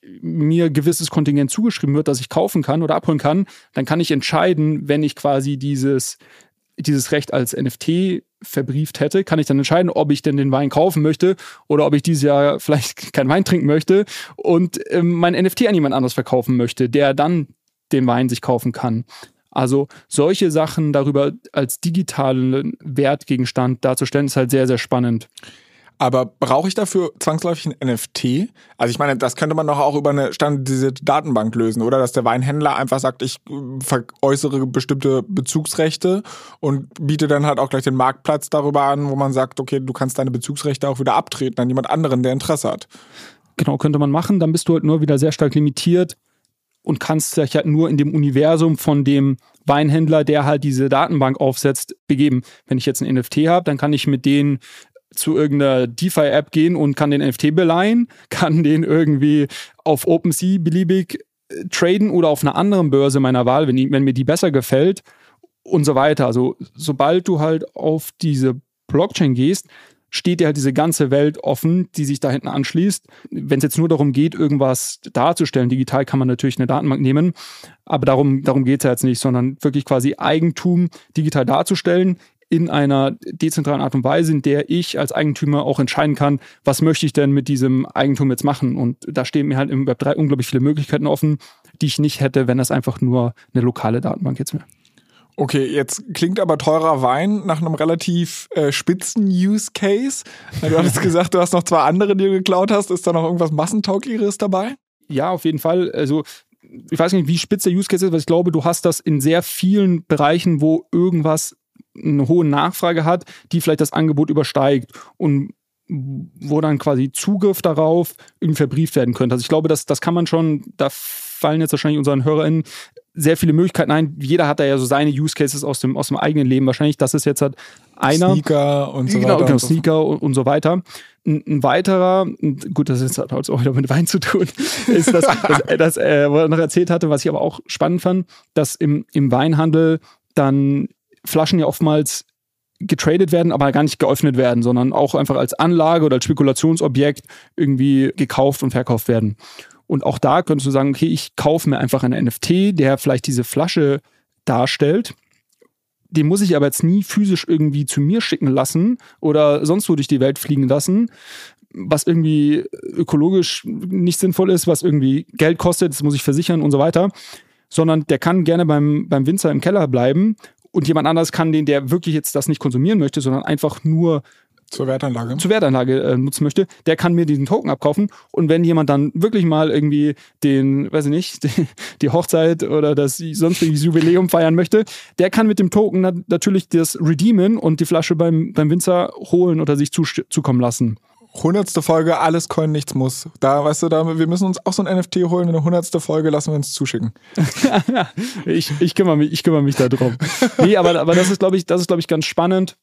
mir gewisses Kontingent zugeschrieben wird, das ich kaufen kann oder abholen kann, dann kann ich entscheiden, wenn ich quasi dieses, dieses Recht als N F T verbrieft hätte, kann ich dann entscheiden, ob ich denn den Wein kaufen möchte oder ob ich dieses Jahr vielleicht keinen Wein trinken möchte und ähm, mein N F T an jemand anderes verkaufen möchte, der dann den Wein sich kaufen kann. Also solche Sachen darüber als digitalen Wertgegenstand darzustellen, ist halt sehr, sehr spannend. Aber brauche ich dafür zwangsläufig ein N F T? Also ich meine, das könnte man doch auch über eine standardisierte Datenbank lösen, oder? Dass der Weinhändler einfach sagt, ich veräußere bestimmte Bezugsrechte und biete dann halt auch gleich den Marktplatz darüber an, wo man sagt, okay, du kannst deine Bezugsrechte auch wieder abtreten an jemand anderen, der Interesse hat. Genau, könnte man machen. Dann bist du halt nur wieder sehr stark limitiert und kannst dich halt nur in dem Universum von dem Weinhändler, der halt diese Datenbank aufsetzt, begeben. Wenn ich jetzt einen N F T habe, dann kann ich mit denen zu irgendeiner DeFi-App gehen und kann den N F T beleihen, kann den irgendwie auf OpenSea beliebig traden oder auf einer anderen Börse meiner Wahl, wenn, die, wenn mir die besser gefällt und so weiter. Also sobald du halt auf diese Blockchain gehst, steht dir halt diese ganze Welt offen, die sich da hinten anschließt. Wenn es jetzt nur darum geht, irgendwas darzustellen, digital kann man natürlich eine Datenbank nehmen, aber darum, darum geht es ja jetzt nicht, sondern wirklich quasi Eigentum digital darzustellen, in einer dezentralen Art und Weise, in der ich als Eigentümer auch entscheiden kann, was möchte ich denn mit diesem Eigentum jetzt machen. Und da stehen mir halt im Web drei unglaublich viele Möglichkeiten offen, die ich nicht hätte, wenn das einfach nur eine lokale Datenbank jetzt wäre. Okay, jetzt klingt aber teurer Wein nach einem relativ äh, spitzen Use Case. Du hattest gesagt, du hast noch zwei andere, die du geklaut hast. Ist da noch irgendwas Massentauglicheres dabei? Ja, auf jeden Fall. Also ich weiß nicht, wie spitz der Use Case ist, weil ich glaube, du hast das in sehr vielen Bereichen, wo irgendwas eine hohe Nachfrage hat, die vielleicht das Angebot übersteigt und wo dann quasi Zugriff darauf irgendwie verbrieft werden könnte. Also ich glaube, das, das kann man schon, da fallen jetzt wahrscheinlich unseren HörerInnen sehr viele Möglichkeiten ein. Jeder hat da ja so seine Use Cases aus dem, aus dem eigenen Leben. Wahrscheinlich, das ist jetzt halt einer. Sneaker und so genau, weiter. Genau, und so. Sneaker und, und so weiter. Ein, ein weiterer, gut, das ist, hat auch wieder mit Wein zu tun, ist das, das, das äh, wo er noch erzählt hatte, was ich aber auch spannend fand, dass im, im Weinhandel dann Flaschen ja oftmals getradet werden, aber gar nicht geöffnet werden, sondern auch einfach als Anlage oder als Spekulationsobjekt irgendwie gekauft und verkauft werden. Und auch da könntest du sagen, okay, ich kaufe mir einfach einen N F T, der vielleicht diese Flasche darstellt. Den muss ich aber jetzt nie physisch irgendwie zu mir schicken lassen oder sonst wo durch die Welt fliegen lassen, was irgendwie ökologisch nicht sinnvoll ist, was irgendwie Geld kostet, das muss ich versichern und so weiter. Sondern der kann gerne beim, beim Winzer im Keller bleiben und jemand anderes kann den, der wirklich jetzt das nicht konsumieren möchte, sondern einfach nur zur Wertanlage, zur Wertanlage äh, nutzen möchte, der kann mir diesen Token abkaufen. Und wenn jemand dann wirklich mal irgendwie den, weiß ich nicht, die, die Hochzeit oder das sonstiges Jubiläum feiern möchte, der kann mit dem Token nat- natürlich das redeemen und die Flasche beim, beim Winzer holen oder sich zu, zukommen lassen. Hundertste Folge, alles Coin, nichts muss. Da, weißt du, da, wir müssen uns auch so ein N F T holen. Eine hundertste Folge lassen wir uns zuschicken. ich, ich kümmere mich, ich kümmere mich da drum. Nee, aber, aber das ist, glaube ich, das ist, glaube ich, ganz spannend.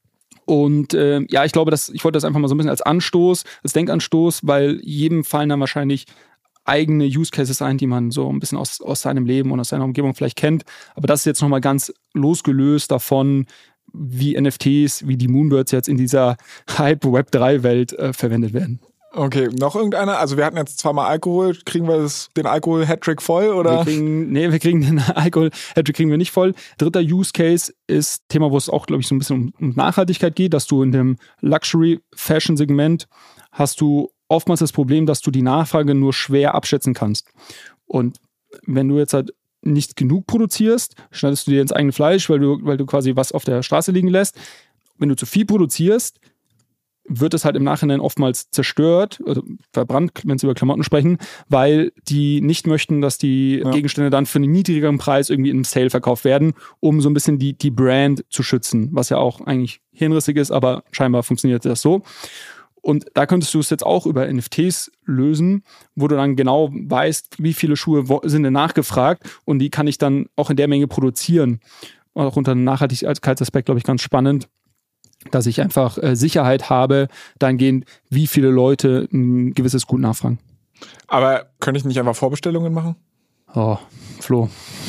Und äh, ja, ich glaube, dass, ich wollte das einfach mal so ein bisschen als Anstoß, als Denkanstoß, weil jedem fallen dann wahrscheinlich eigene Use Cases ein, die man so ein bisschen aus, aus seinem Leben und aus seiner Umgebung vielleicht kennt. Aber das ist jetzt nochmal ganz losgelöst davon, wie N F Ts, wie die Moonbirds jetzt in dieser Hype-Web drei Welt äh, verwendet werden. Okay, noch irgendeiner? Also wir hatten jetzt zweimal Alkohol, kriegen wir das, den Alkohol-Hattrick voll, oder? Wir kriegen, nee, wir kriegen den Alkohol-Hattrick kriegen wir nicht voll. Dritter Use Case ist Thema, wo es auch, glaube ich, so ein bisschen um Nachhaltigkeit geht, dass du in dem Luxury-Fashion-Segment hast du oftmals das Problem, dass du die Nachfrage nur schwer abschätzen kannst. Und wenn du jetzt halt nicht genug produzierst, schneidest du dir ins eigene Fleisch, weil du, weil du quasi was auf der Straße liegen lässt. Wenn du zu viel produzierst, wird es halt im Nachhinein oftmals zerstört, also verbrannt, wenn sie über Klamotten sprechen, weil die nicht möchten, dass die ja. Gegenstände dann für einen niedrigeren Preis irgendwie im Sale verkauft werden, um so ein bisschen die, die Brand zu schützen, was ja auch eigentlich hirnrissig ist, aber scheinbar funktioniert das so. Und da könntest du es jetzt auch über N F Ts lösen, wo du dann genau weißt, wie viele Schuhe sind denn nachgefragt und die kann ich dann auch in der Menge produzieren. Auch unter einem Nachhaltigkeitsaspekt, glaube ich, ganz spannend, dass ich einfach äh, Sicherheit habe, dahingehend, wie viele Leute ein gewisses Gut nachfragen. Aber könnte ich nicht einfach Vorbestellungen machen? Oh, Flo.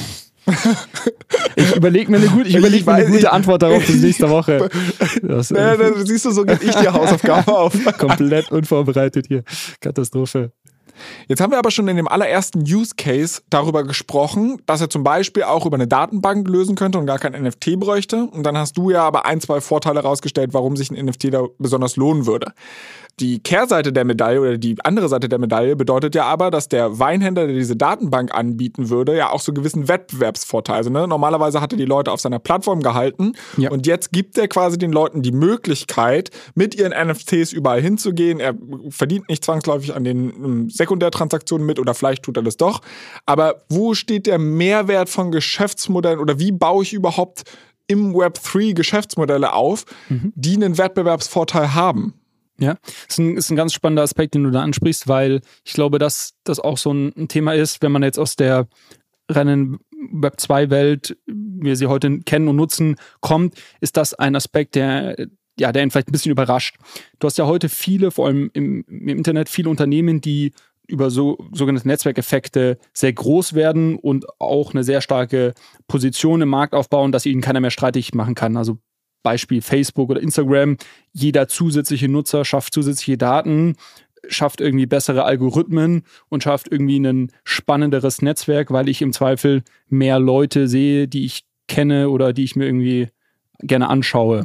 Ich überlege mir eine, gut, ich überleg ich mir eine gute ich, Antwort darauf bis nächste Woche. Das, ja, dann siehst du, so gebe ich die Hausaufgabe auf. Komplett unvorbereitet hier. Katastrophe. Jetzt haben wir aber schon in dem allerersten Use Case darüber gesprochen, dass er zum Beispiel auch über eine Datenbank lösen könnte und gar kein N F T bräuchte. Und dann hast du ja aber ein, zwei Vorteile rausgestellt, warum sich ein N F T da besonders lohnen würde. Die Kehrseite der Medaille oder die andere Seite der Medaille bedeutet ja aber, dass der Weinhändler, der diese Datenbank anbieten würde, ja auch so einen gewissen Wettbewerbsvorteil. Also, ne, normalerweise hat er die Leute auf seiner Plattform gehalten ja. und jetzt gibt er quasi den Leuten die Möglichkeit, mit ihren N F Ts überall hinzugehen. Er verdient nicht zwangsläufig an den um, Sekundärtransaktionen mit oder vielleicht tut er das doch. Aber wo steht der Mehrwert von Geschäftsmodellen oder wie baue ich überhaupt im Web drei Geschäftsmodelle auf, mhm. die einen Wettbewerbsvorteil haben? Ja, ist ein, ist ein ganz spannender Aspekt, den du da ansprichst, weil ich glaube, dass das auch so ein Thema ist, wenn man jetzt aus der reinen Web zwei Welt, wie wir sie heute kennen und nutzen, kommt, ist das ein Aspekt, der, ja, der ihn vielleicht ein bisschen überrascht. Du hast ja heute viele, vor allem im, im Internet, viele Unternehmen, die über so sogenannte Netzwerkeffekte sehr groß werden und auch eine sehr starke Position im Markt aufbauen, dass ihnen keiner mehr streitig machen kann. Also Beispiel Facebook oder Instagram, jeder zusätzliche Nutzer schafft zusätzliche Daten, schafft irgendwie bessere Algorithmen und schafft irgendwie ein spannenderes Netzwerk, weil ich im Zweifel mehr Leute sehe, die ich kenne oder die ich mir irgendwie gerne anschaue.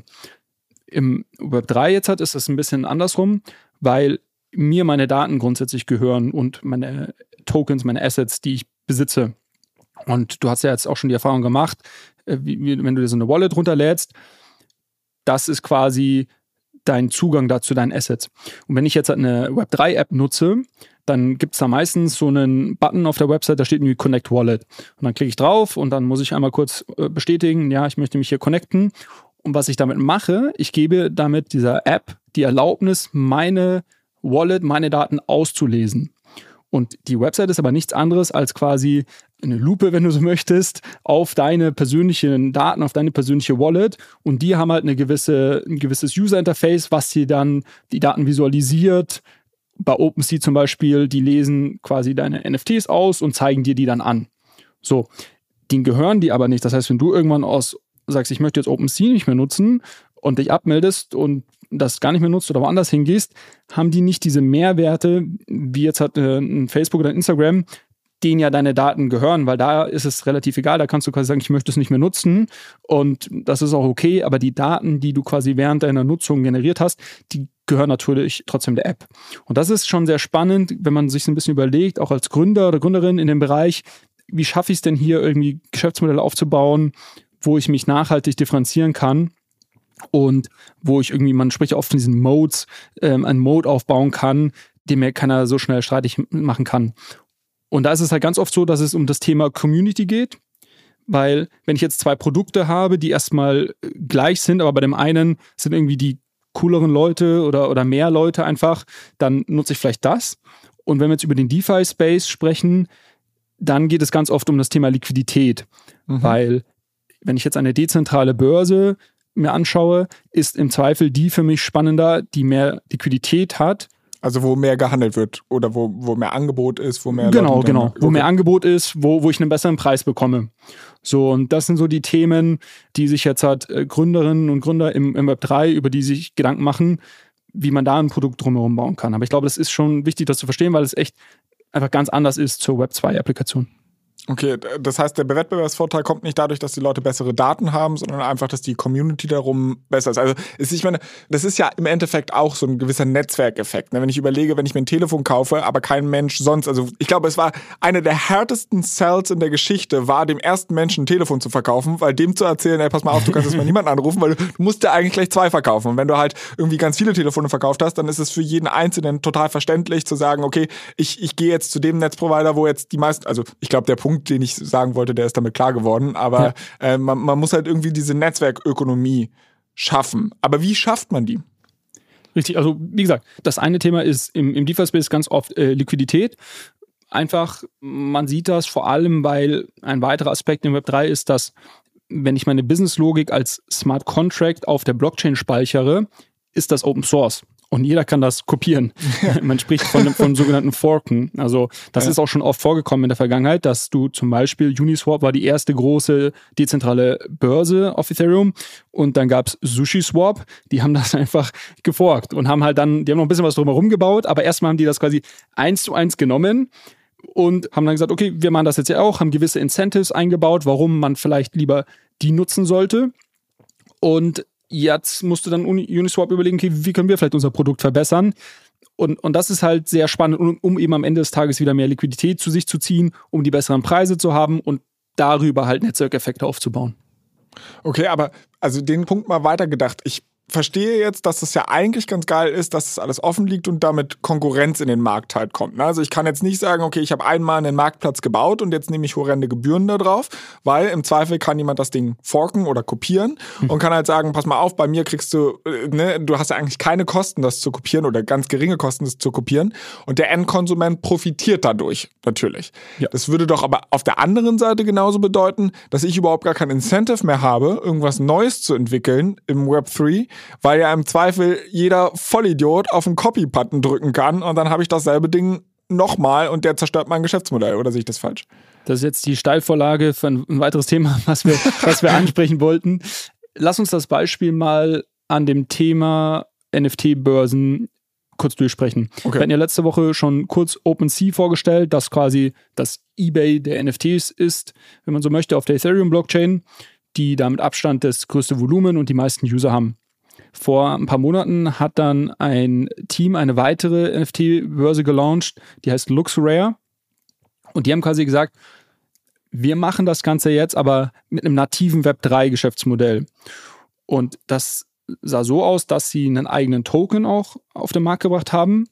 Im Web drei jetzt hat ist das ein bisschen andersrum, weil mir meine Daten grundsätzlich gehören und meine Tokens, meine Assets, die ich besitze. Und du hast ja jetzt auch schon die Erfahrung gemacht, wie, wie, wenn du dir so eine Wallet runterlädst, das ist quasi dein Zugang dazu, deinen Assets. Und wenn ich jetzt eine Web drei App nutze, dann gibt es da meistens so einen Button auf der Website, da steht irgendwie Connect Wallet. Und dann klicke ich drauf und dann muss ich einmal kurz bestätigen, ja, ich möchte mich hier connecten. Und was ich damit mache, ich gebe damit dieser App die Erlaubnis, meine Wallet, meine Daten auszulesen. Und die Website ist aber nichts anderes als quasi eine Lupe, wenn du so möchtest, auf deine persönlichen Daten, auf deine persönliche Wallet. Und die haben halt eine gewisse, ein gewisses User-Interface, was dir dann die Daten visualisiert. Bei OpenSea zum Beispiel, die lesen quasi deine N F Ts aus und zeigen dir die dann an. So, denen gehören die aber nicht. Das heißt, wenn du irgendwann aus sagst, ich möchte jetzt OpenSea nicht mehr nutzen und dich abmeldest und das gar nicht mehr nutzt oder woanders hingehst, haben die nicht diese Mehrwerte, wie jetzt hat äh, ein Facebook oder ein Instagram, denen ja deine Daten gehören, weil da ist es relativ egal, da kannst du quasi sagen, ich möchte es nicht mehr nutzen und das ist auch okay, aber die Daten, die du quasi während deiner Nutzung generiert hast, die gehören natürlich trotzdem der App. Und das ist schon sehr spannend, wenn man sich so ein bisschen überlegt, auch als Gründer oder Gründerin in dem Bereich, wie schaffe ich es denn hier irgendwie Geschäftsmodelle aufzubauen, wo ich mich nachhaltig differenzieren kann und wo ich irgendwie, man spricht ja oft von diesen Modes, ähm, einen Mode aufbauen kann, den mir keiner so schnell streitig machen kann. Und da ist es halt ganz oft so, dass es um das Thema Community geht, weil wenn ich jetzt zwei Produkte habe, die erstmal gleich sind, aber bei dem einen sind irgendwie die cooleren Leute oder, oder mehr Leute einfach, dann nutze ich vielleicht das. Und wenn wir jetzt über den DeFi-Space sprechen, dann geht es ganz oft um das Thema Liquidität, mhm. weil wenn ich jetzt eine dezentrale Börse mir anschaue, ist im Zweifel die für mich spannender, die mehr Liquidität hat. Also wo mehr gehandelt wird oder wo, wo mehr Angebot ist, wo mehr Genau, Leute genau. okay. Wo mehr Angebot ist, wo, wo ich einen besseren Preis bekomme. So, und das sind so die Themen, die sich jetzt halt Gründerinnen und Gründer im, im Web drei, über die sich Gedanken machen, wie man da ein Produkt drumherum bauen kann. Aber ich glaube, das ist schon wichtig, das zu verstehen, weil es echt einfach ganz anders ist zur Web zwei Applikation. Okay, das heißt, der Wettbewerbsvorteil kommt nicht dadurch, dass die Leute bessere Daten haben, sondern einfach, dass die Community darum besser ist. Also ist, ich meine, das ist ja im Endeffekt auch so ein gewisser Netzwerkeffekt. Ne? Wenn ich überlege, wenn ich mir ein Telefon kaufe, aber kein Mensch sonst, also ich glaube, es war einer der härtesten Sells in der Geschichte, war dem ersten Menschen ein Telefon zu verkaufen, weil dem zu erzählen, ey, pass mal auf, du kannst jetzt mal niemanden anrufen, weil du, du musst ja eigentlich gleich zwei verkaufen. Und wenn du halt irgendwie ganz viele Telefone verkauft hast, dann ist es für jeden Einzelnen total verständlich zu sagen, okay, ich, ich gehe jetzt zu dem Netzprovider, wo jetzt die meisten, also ich glaube, der Punkt, den ich sagen wollte, der ist damit klar geworden, aber ja. äh, man, man muss halt irgendwie diese Netzwerkökonomie schaffen. Aber wie schafft man die? Richtig, also wie gesagt, das eine Thema ist im, im DeFi-Space ganz oft äh, Liquidität. Einfach, man sieht das vor allem, weil ein weiterer Aspekt im Web drei ist, dass wenn ich meine Business-Logik als Smart Contract auf der Blockchain speichere, ist das Open Source. und jeder kann das kopieren. Man spricht von, von sogenannten Forken. Also das ja. ist auch schon oft vorgekommen in der Vergangenheit, dass du zum Beispiel, Uniswap war die erste große dezentrale Börse auf Ethereum und dann gab es SushiSwap, die haben das einfach geforkt und haben halt dann, die haben noch ein bisschen was drumherum gebaut, aber erstmal haben die das quasi eins zu eins genommen und haben dann gesagt, okay, wir machen das jetzt ja auch, haben gewisse Incentives eingebaut, warum man vielleicht lieber die nutzen sollte. Und jetzt musst du dann Uniswap überlegen, okay, wie können wir vielleicht unser Produkt verbessern? Und, und das ist halt sehr spannend, um, um eben am Ende des Tages wieder mehr Liquidität zu sich zu ziehen, um die besseren Preise zu haben und darüber halt Netzwerkeffekte aufzubauen. Okay, aber also den Punkt mal weitergedacht. Ich verstehe jetzt, dass das ja eigentlich ganz geil ist, dass das alles offen liegt und damit Konkurrenz in den Markt halt kommt. Also ich kann jetzt nicht sagen, okay, ich habe einmal einen Marktplatz gebaut und jetzt nehme ich horrende Gebühren da drauf, weil im Zweifel kann jemand das Ding forken oder kopieren und kann halt sagen, pass mal auf, bei mir kriegst du, ne, du hast ja eigentlich keine Kosten, das zu kopieren oder ganz geringe Kosten, das zu kopieren und der Endkonsument profitiert dadurch natürlich. Ja. Das würde doch aber auf der anderen Seite genauso bedeuten, dass ich überhaupt gar kein Incentive mehr habe, irgendwas Neues zu entwickeln im Web drei, weil ja im Zweifel jeder Vollidiot auf den Copy-Button drücken kann und dann habe ich dasselbe Ding nochmal und der zerstört mein Geschäftsmodell. Oder sehe ich das falsch? Das ist jetzt die Steilvorlage für ein weiteres Thema, was wir, was wir ansprechen wollten. Lass uns das Beispiel mal an dem Thema N F T-Börsen kurz durchsprechen. Okay. Wir hatten ja letzte Woche schon kurz OpenSea vorgestellt, das quasi das eBay der N F Ts ist, wenn man so möchte, auf der Ethereum-Blockchain, die da mit Abstand das größte Volumen und die meisten User haben. Vor ein paar Monaten hat dann ein Team eine weitere N F T-Börse gelauncht, die heißt LuxRare. Und die haben quasi gesagt, wir machen das Ganze jetzt aber mit einem nativen Web drei Geschäftsmodell. Und das sah so aus, dass sie einen eigenen Token auch auf den Markt gebracht haben.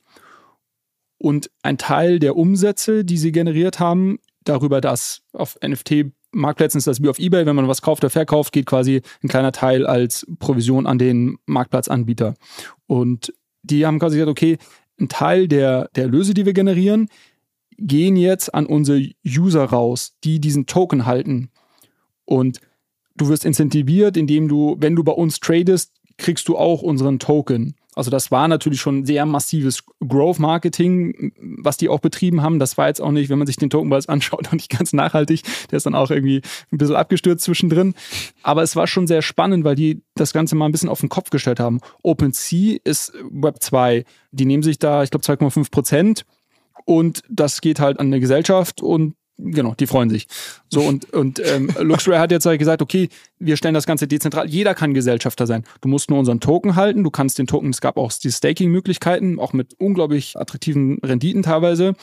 Und ein Teil der Umsätze, die sie generiert haben, darüber, dass auf N F T Marktplätzen ist das wie auf eBay, wenn man was kauft oder verkauft, geht quasi ein kleiner Teil als Provision an den Marktplatzanbieter. Und die haben quasi gesagt, okay, ein Teil der, der Erlöse, die wir generieren, gehen jetzt an unsere User raus, die diesen Token halten. Und du wirst incentiviert, indem du, wenn du bei uns tradest, kriegst du auch unseren Token. Also das war natürlich schon sehr massives Growth-Marketing, was die auch betrieben haben. Das war jetzt auch nicht, wenn man sich den Tokenpreis anschaut, noch nicht ganz nachhaltig. Der ist dann auch irgendwie ein bisschen abgestürzt zwischendrin. Aber es war schon sehr spannend, weil die das Ganze mal ein bisschen auf den Kopf gestellt haben. OpenSea ist Web zwei. Die nehmen sich da, ich glaube, zwei Komma fünf Prozent. Und das geht halt an eine Gesellschaft und genau, die freuen sich. So und, und ähm, LuxRare hat jetzt halt gesagt, okay, wir stellen das Ganze dezentral. Jeder kann Gesellschafter sein. Du musst nur unseren Token halten. Du kannst den Token, es gab auch die Staking-Möglichkeiten, auch mit unglaublich attraktiven Renditen teilweise.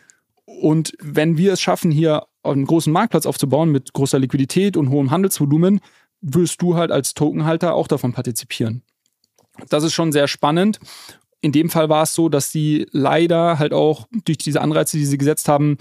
Und wenn wir es schaffen, hier einen großen Marktplatz aufzubauen mit großer Liquidität und hohem Handelsvolumen, wirst du halt als Tokenhalter auch davon partizipieren. Das ist schon sehr spannend. In dem Fall war es so, dass sie leider halt auch durch diese Anreize, die sie gesetzt haben,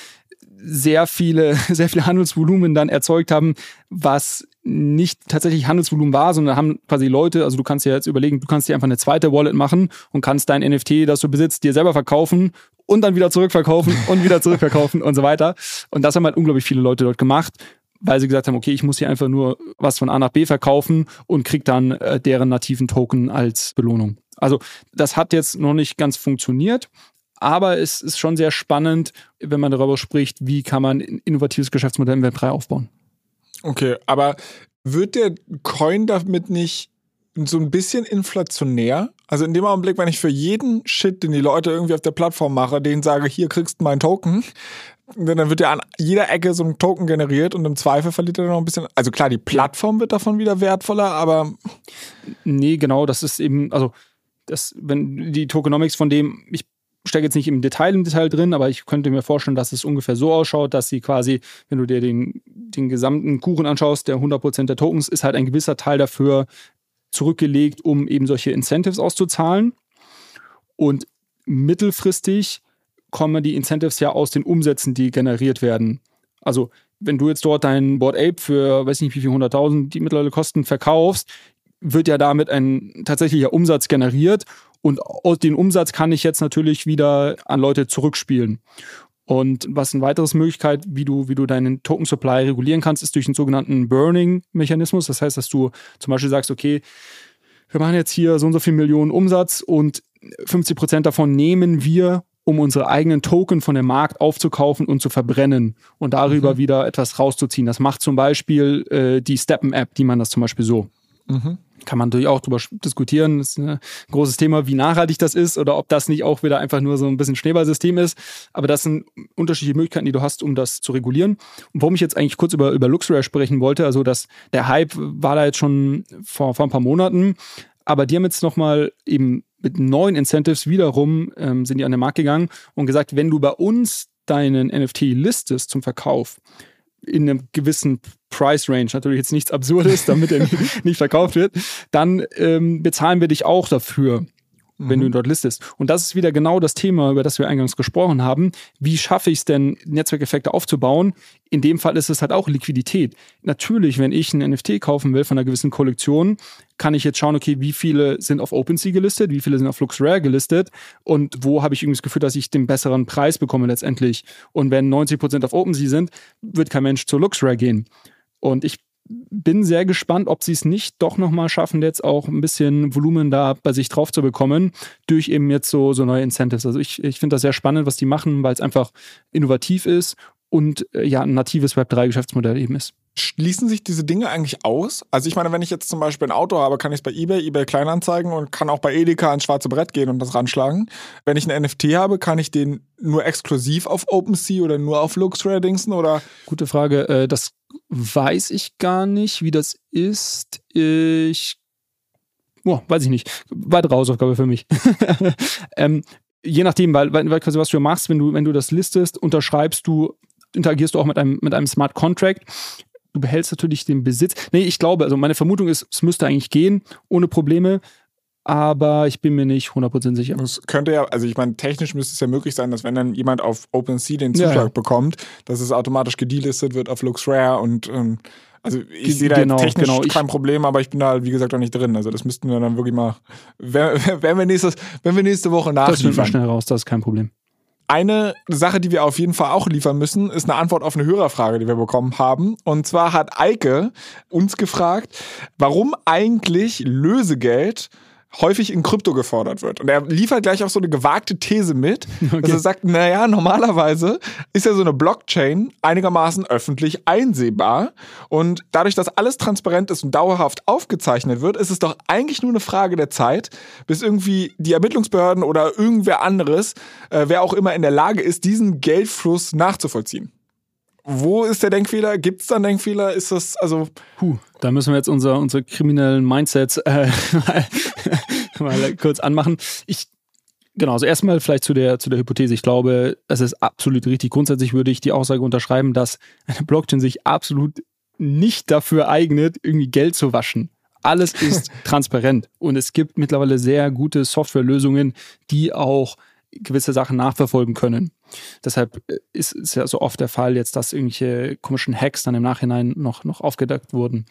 sehr viele, sehr viele Handelsvolumen dann erzeugt haben, was nicht tatsächlich Handelsvolumen war, sondern haben quasi Leute, also du kannst dir jetzt überlegen, du kannst dir einfach eine zweite Wallet machen und kannst dein N F T, das du besitzt, dir selber verkaufen und dann wieder zurückverkaufen und wieder zurückverkaufen und so weiter. Und das haben halt unglaublich viele Leute dort gemacht, weil sie gesagt haben, okay, ich muss hier einfach nur was von A nach B verkaufen und krieg dann äh, deren nativen Token als Belohnung. Also das hat jetzt noch nicht ganz funktioniert, aber es ist schon sehr spannend, wenn man darüber spricht, wie kann man ein innovatives Geschäftsmodell im Web drei aufbauen. Okay, aber wird der Coin damit nicht so ein bisschen inflationär? Also in dem Augenblick, wenn ich für jeden Shit, den die Leute irgendwie auf der Plattform mache, denen sage, hier kriegst du meinen Token, dann wird ja an jeder Ecke so ein Token generiert und im Zweifel verliert er noch ein bisschen. Also klar, die Plattform wird davon wieder wertvoller, aber... Nee, genau, das ist eben, also das, wenn die Tokenomics von dem, ich stecke jetzt nicht im Detail im Detail drin, aber ich könnte mir vorstellen, dass es ungefähr so ausschaut, dass sie quasi, wenn du dir den, den gesamten Kuchen anschaust, der hundert Prozent der Tokens, ist halt ein gewisser Teil dafür zurückgelegt, um eben solche Incentives auszuzahlen. Und mittelfristig kommen die Incentives ja aus den Umsätzen, die generiert werden. Also wenn du jetzt dort dein Bored Ape für, weiß nicht wie viel, hunderttausend, die mittlerweile kosten, verkaufst, wird ja damit ein tatsächlicher Umsatz generiert. Und aus dem Umsatz kann ich jetzt natürlich wieder an Leute zurückspielen. Und was eine weitere Möglichkeit, wie du, wie du deinen Token Supply regulieren kannst, ist durch einen sogenannten Burning-Mechanismus. Das heißt, dass du zum Beispiel sagst, okay, wir machen jetzt hier so und so viel Millionen Umsatz und fünfzig Prozent davon nehmen wir, um unsere eigenen Token von dem Markt aufzukaufen und zu verbrennen und darüber mhm. wieder etwas rauszuziehen. Das macht zum Beispiel äh, die Steppen-App, die man das zum Beispiel so. Mhm. Kann man natürlich auch drüber diskutieren. Das ist ein großes Thema, wie nachhaltig das ist oder ob das nicht auch wieder einfach nur so ein bisschen Schneeballsystem ist. Aber das sind unterschiedliche Möglichkeiten, die du hast, um das zu regulieren. Und warum ich jetzt eigentlich kurz über, über LooksRare sprechen wollte, also dass der Hype war da jetzt schon vor, vor ein paar Monaten, aber die haben jetzt nochmal eben mit neuen Incentives wiederum ähm, sind die an den Markt gegangen und gesagt, wenn du bei uns deinen N F T listest zum Verkauf, in einem gewissen Price Range, natürlich jetzt nichts Absurdes, damit er nicht, nicht verkauft wird, dann ähm, bezahlen wir dich auch dafür, wenn mhm. du ihn dort listest. Und das ist wieder genau das Thema, über das wir eingangs gesprochen haben. Wie schaffe ich es denn, Netzwerkeffekte aufzubauen? In dem Fall ist es halt auch Liquidität. Natürlich, wenn ich einen N F T kaufen will von einer gewissen Kollektion, kann ich jetzt schauen, okay, wie viele sind auf OpenSea gelistet, wie viele sind auf LooksRare gelistet und wo habe ich irgendwie das Gefühl, dass ich den besseren Preis bekomme letztendlich. Und wenn neunzig Prozent auf OpenSea sind, wird kein Mensch zu LooksRare gehen. Und ich bin sehr gespannt, ob sie es nicht doch nochmal schaffen, jetzt auch ein bisschen Volumen da bei sich drauf zu bekommen, durch eben jetzt so, so neue Incentives. Also ich, ich finde das sehr spannend, was die machen, weil es einfach innovativ ist und äh, ja ein natives Web drei Geschäftsmodell eben ist. Schließen sich diese Dinge eigentlich aus? Also ich meine, wenn ich jetzt zum Beispiel ein Auto habe, kann ich es bei eBay, eBay Kleinanzeigen und kann auch bei Edeka ans schwarze Brett gehen und das ranschlagen. Wenn ich einen N F T habe, kann ich den nur exklusiv auf OpenSea oder nur auf LooksRare dingsen? Oder? Gute Frage. Äh, das weiß ich gar nicht, wie das ist. Ich oh, weiß ich nicht. Weitere Hausaufgabe für mich. ähm, je nachdem, weil, weil quasi was du machst, wenn du, wenn du das listest, unterschreibst du, interagierst du auch mit einem, mit einem Smart Contract. Du behältst natürlich den Besitz. Nee, ich glaube, also meine Vermutung ist, es müsste eigentlich gehen, ohne Probleme. Aber ich bin mir nicht hundert Prozent sicher. Es könnte ja, also ich meine, technisch müsste es ja möglich sein, dass wenn dann jemand auf OpenSea den Zuschlag ja, ja. bekommt, dass es automatisch gedelistet wird auf LooksRare und ähm, also ich Ge- sehe da genau, technisch genau. kein Problem, aber ich bin da, wie gesagt, auch nicht drin. Also das müssten wir dann wirklich mal, wenn wir, nächstes, wenn wir nächste Woche nachliefern. Das finden wir schnell raus, das ist kein Problem. Eine Sache, die wir auf jeden Fall auch liefern müssen, ist eine Antwort auf eine Hörerfrage, die wir bekommen haben. Und zwar hat Eike uns gefragt, warum eigentlich Lösegeld häufig in Krypto gefordert wird. Und er liefert gleich auch so eine gewagte These mit, okay. dass er sagt, naja, normalerweise ist ja so eine Blockchain einigermaßen öffentlich einsehbar und dadurch, dass alles transparent ist und dauerhaft aufgezeichnet wird, ist es doch eigentlich nur eine Frage der Zeit, bis irgendwie die Ermittlungsbehörden oder irgendwer anderes, äh, wer auch immer in der Lage ist, diesen Geldfluss nachzuvollziehen. Wo ist der Denkfehler? Gibt es da einen Denkfehler? Ist das, also... Puh, da müssen wir jetzt unser, unsere kriminellen Mindsets äh, mal, mal kurz anmachen. Ich, genau, also erstmal vielleicht zu der, zu der Hypothese. Ich glaube, es ist absolut richtig. Grundsätzlich würde ich die Aussage unterschreiben, dass eine Blockchain sich absolut nicht dafür eignet, irgendwie Geld zu waschen. Alles ist transparent und es gibt mittlerweile sehr gute Softwarelösungen, die auch gewisse Sachen nachverfolgen können. Deshalb ist es ja so oft der Fall jetzt, dass irgendwelche komischen Hacks dann im Nachhinein noch, noch aufgedeckt wurden.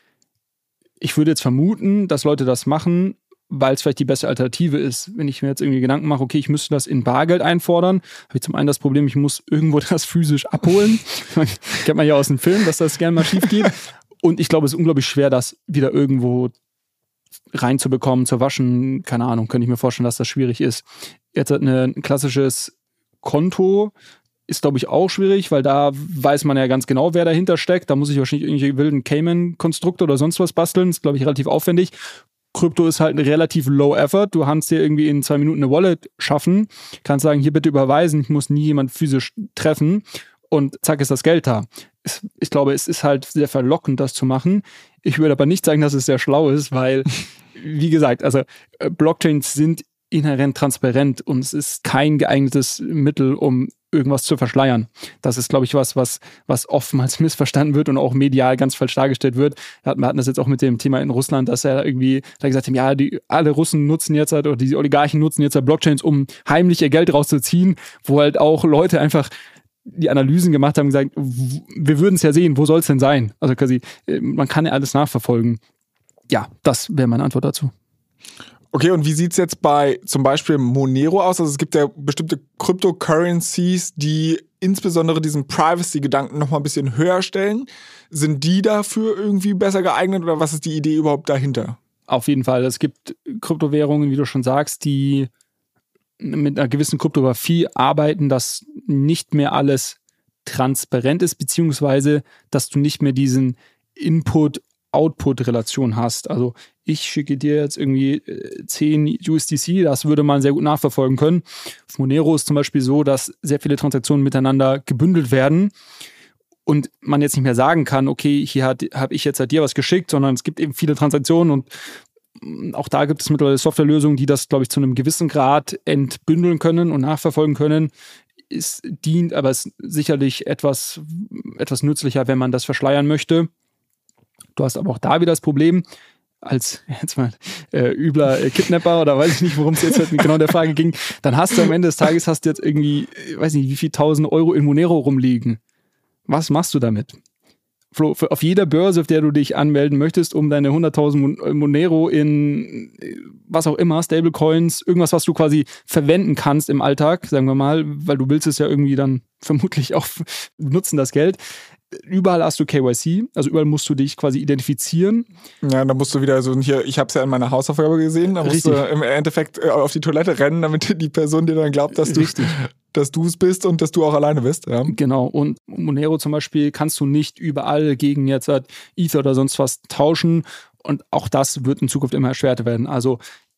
Ich würde jetzt vermuten, dass Leute das machen, weil es vielleicht die beste Alternative ist. Wenn ich mir jetzt irgendwie Gedanken mache, okay, ich müsste das in Bargeld einfordern, habe ich zum einen das Problem, ich muss irgendwo das physisch abholen. Kennt man ja aus dem Film, dass das gerne mal schief geht. Und ich glaube, es ist unglaublich schwer, das wieder irgendwo reinzubekommen, zu waschen. Keine Ahnung, könnte ich mir vorstellen, dass das schwierig ist. Jetzt hat eine, ein klassisches Konto ist, glaube ich, auch schwierig, weil da weiß man ja ganz genau, wer dahinter steckt. Da muss ich wahrscheinlich irgendwelche wilden Cayman-Konstrukte oder sonst was basteln. Das ist, glaube ich, relativ aufwendig. Krypto ist halt relativ low effort. Du kannst dir irgendwie in zwei Minuten eine Wallet schaffen, kannst sagen, hier bitte überweisen, ich muss nie jemand physisch treffen und zack ist das Geld da. Ich glaube, es ist halt sehr verlockend, das zu machen. Ich würde aber nicht sagen, dass es sehr schlau ist, weil, wie gesagt, also Blockchains sind inhärent transparent und es ist kein geeignetes Mittel, um irgendwas zu verschleiern. Das ist, glaube ich, was, was, was oftmals missverstanden wird und auch medial ganz falsch dargestellt wird. Wir hatten das jetzt auch mit dem Thema in Russland, dass er irgendwie da gesagt hat, ja, die, alle Russen nutzen jetzt halt, oder die Oligarchen nutzen jetzt halt Blockchains, um heimlich ihr Geld rauszuziehen, wo halt auch Leute einfach die Analysen gemacht haben und gesagt, wir würden es ja sehen, wo soll es denn sein? Also quasi, man kann ja alles nachverfolgen. Ja, das wäre meine Antwort dazu. Okay, und wie sieht es jetzt bei zum Beispiel Monero aus? Also es gibt ja bestimmte Cryptocurrencies, die insbesondere diesen Privacy-Gedanken noch mal ein bisschen höher stellen. Sind die dafür irgendwie besser geeignet oder was ist die Idee überhaupt dahinter? Auf jeden Fall. Es gibt Kryptowährungen, wie du schon sagst, die mit einer gewissen Kryptographie arbeiten, dass nicht mehr alles transparent ist, beziehungsweise dass du nicht mehr diesen Input-Output-Relation hast. Also ich schicke dir jetzt irgendwie zehn U S D C, das würde man sehr gut nachverfolgen können. Auf Monero ist zum Beispiel so, dass sehr viele Transaktionen miteinander gebündelt werden und man jetzt nicht mehr sagen kann, okay, hier habe ich jetzt halt dir was geschickt, sondern es gibt eben viele Transaktionen und auch da gibt es mittlerweile Softwarelösungen, die das, glaube ich, zu einem gewissen Grad entbündeln können und nachverfolgen können. Es dient, aber ist sicherlich etwas, etwas nützlicher, wenn man das verschleiern möchte. Du hast aber auch da wieder das Problem, als jetzt mal äh, übler äh, Kidnapper oder weiß ich nicht, worum es jetzt halt genau in der Frage ging, dann hast du am Ende des Tages hast du jetzt irgendwie, weiß nicht, wie viel tausend Euro in Monero rumliegen. Was machst du damit? Flo, für, auf jeder Börse, auf der du dich anmelden möchtest, um deine hunderttausend Monero in was auch immer, Stablecoins, irgendwas, was du quasi verwenden kannst im Alltag, sagen wir mal, weil du willst es ja irgendwie dann vermutlich auch nutzen, das Geld. Überall hast du K Y C, also überall musst du dich quasi identifizieren. Ja, da musst du wieder so, hier, ich habe es ja in meiner Hausaufgabe gesehen, da musst Richtig. du im Endeffekt auf die Toilette rennen, damit die Person dir dann glaubt, dass du dass du es bist und dass du auch alleine bist. Ja. Genau, und Monero zum Beispiel kannst du nicht überall gegen jetzt halt Ether oder sonst was tauschen und auch das wird in Zukunft immer erschwerter werden. Also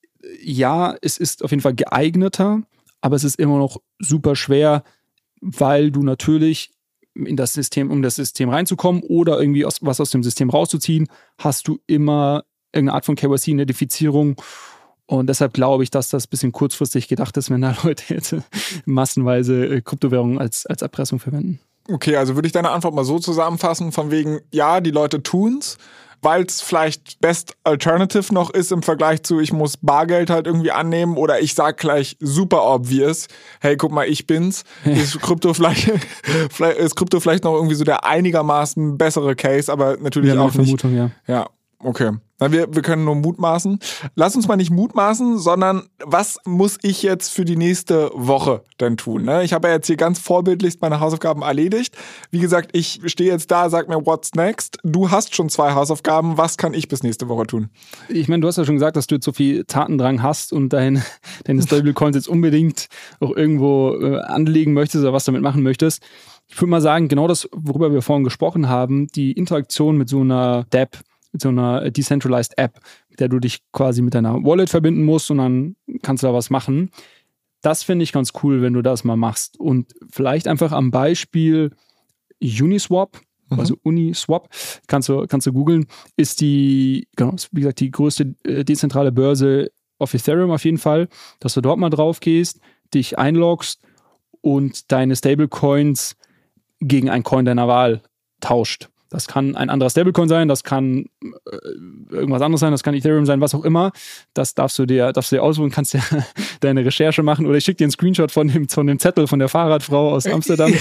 ja, es ist auf jeden Fall geeigneter, aber es ist immer noch super schwer, weil du natürlich in das System, um das System reinzukommen oder irgendwie aus, was aus dem System rauszuziehen, hast du immer irgendeine Art von K Y C-Identifizierung. Und deshalb glaube ich, dass das ein bisschen kurzfristig gedacht ist, wenn da Leute jetzt massenweise Kryptowährungen als, als Erpressung verwenden. Okay, also würde ich deine Antwort mal so zusammenfassen, von wegen, ja, die Leute tun's, weil es vielleicht Best Alternative noch ist im Vergleich zu, ich muss Bargeld halt irgendwie annehmen oder ich sag gleich super obvious, hey, guck mal, ich bin's. Ist Krypto vielleicht, vielleicht, ist Krypto vielleicht noch irgendwie so der einigermaßen bessere Case, aber natürlich ja, auch nicht. Vermutung, ja. Ja, okay. Na, wir, wir können nur mutmaßen. Lass uns mal nicht mutmaßen, sondern was muss ich jetzt für die nächste Woche denn tun? Ne? Ich habe ja jetzt hier ganz vorbildlichst meine Hausaufgaben erledigt. Wie gesagt, ich stehe jetzt da, sag mir, what's next? Du hast schon zwei Hausaufgaben. Was kann ich bis nächste Woche tun? Ich meine, du hast ja schon gesagt, dass du jetzt so viel Tatendrang hast und dein, deine Stablecoins jetzt unbedingt auch irgendwo äh, anlegen möchtest oder was damit machen möchtest. Ich würde mal sagen, genau das, worüber wir vorhin gesprochen haben, die Interaktion mit so einer D App, mit so einer Decentralized App, mit der du dich quasi mit deiner Wallet verbinden musst und dann kannst du da was machen. Das finde ich ganz cool, wenn du das mal machst. Und vielleicht einfach am Beispiel Uniswap, mhm. also Uniswap, kannst du, kannst du googeln, ist die, genau, wie gesagt, die größte äh, dezentrale Börse auf Ethereum auf jeden Fall, dass du dort mal drauf gehst, dich einloggst und deine Stablecoins gegen einen Coin deiner Wahl tauscht. Das kann ein anderer Stablecoin sein, das kann äh, irgendwas anderes sein, das kann Ethereum sein, was auch immer. Das darfst du dir, darfst du dir aussuchen, kannst ja deine Recherche machen oder ich schicke dir einen Screenshot von dem, von dem Zettel von der Fahrradfrau aus Amsterdam.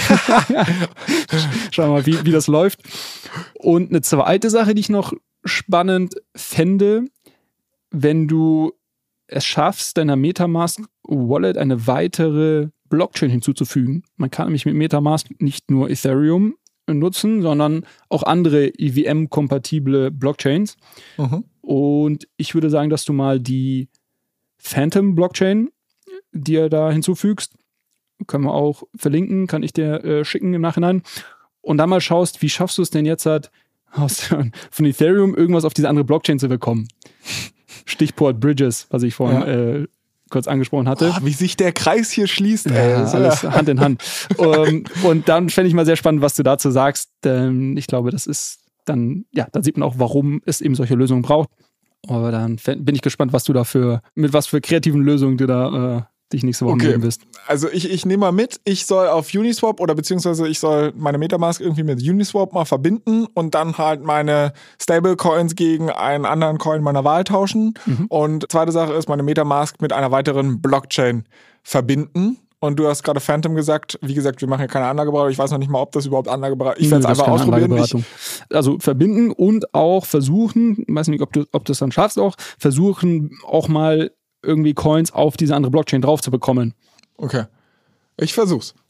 Schau mal, wie, wie das läuft. Und eine zweite Sache, die ich noch spannend fände, wenn du es schaffst, deiner MetaMask-Wallet eine weitere Blockchain hinzuzufügen. Man kann nämlich mit MetaMask nicht nur Ethereum nutzen, sondern auch andere E V M-kompatible Blockchains. Mhm. Und ich würde sagen, dass du mal die Phantom-Blockchain dir da hinzufügst. Können wir auch verlinken, kann ich dir äh, schicken im Nachhinein. Und dann mal schaust, wie schaffst du es denn jetzt halt aus, von Ethereum irgendwas auf diese andere Blockchain zu bekommen. Stichwort Bridges, was ich vorhin ja. äh, kurz angesprochen hatte. Oh, wie sich der Kreis hier schließt. Ja, ey. Alles Hand in Hand. um, und dann fände ich mal sehr spannend, was du dazu sagst. Ähm, ich glaube, das ist dann, ja, da sieht man auch, warum es eben solche Lösungen braucht. Aber dann bin ich gespannt, was du dafür, mit was für kreativen Lösungen du da äh, dich nächste Woche okay. nehmen wirst. Also ich, ich nehme mal mit, ich soll auf Uniswap oder beziehungsweise ich soll meine Metamask irgendwie mit Uniswap mal verbinden und dann halt meine Stablecoins gegen einen anderen Coin meiner Wahl tauschen. Mhm. Und zweite Sache ist, meine Metamask mit einer weiteren Blockchain verbinden. Und du hast gerade Phantom gesagt. Wie gesagt, wir machen ja keine Anlageberatung. Ich weiß noch nicht mal, ob das überhaupt Anlageberatung ist. Ich werde es einfach ausprobieren. Ich also verbinden und auch versuchen, ich weiß nicht, ob du ob du es dann schaffst auch, versuchen auch mal irgendwie Coins auf diese andere Blockchain drauf zu bekommen. Okay. Ich versuch's.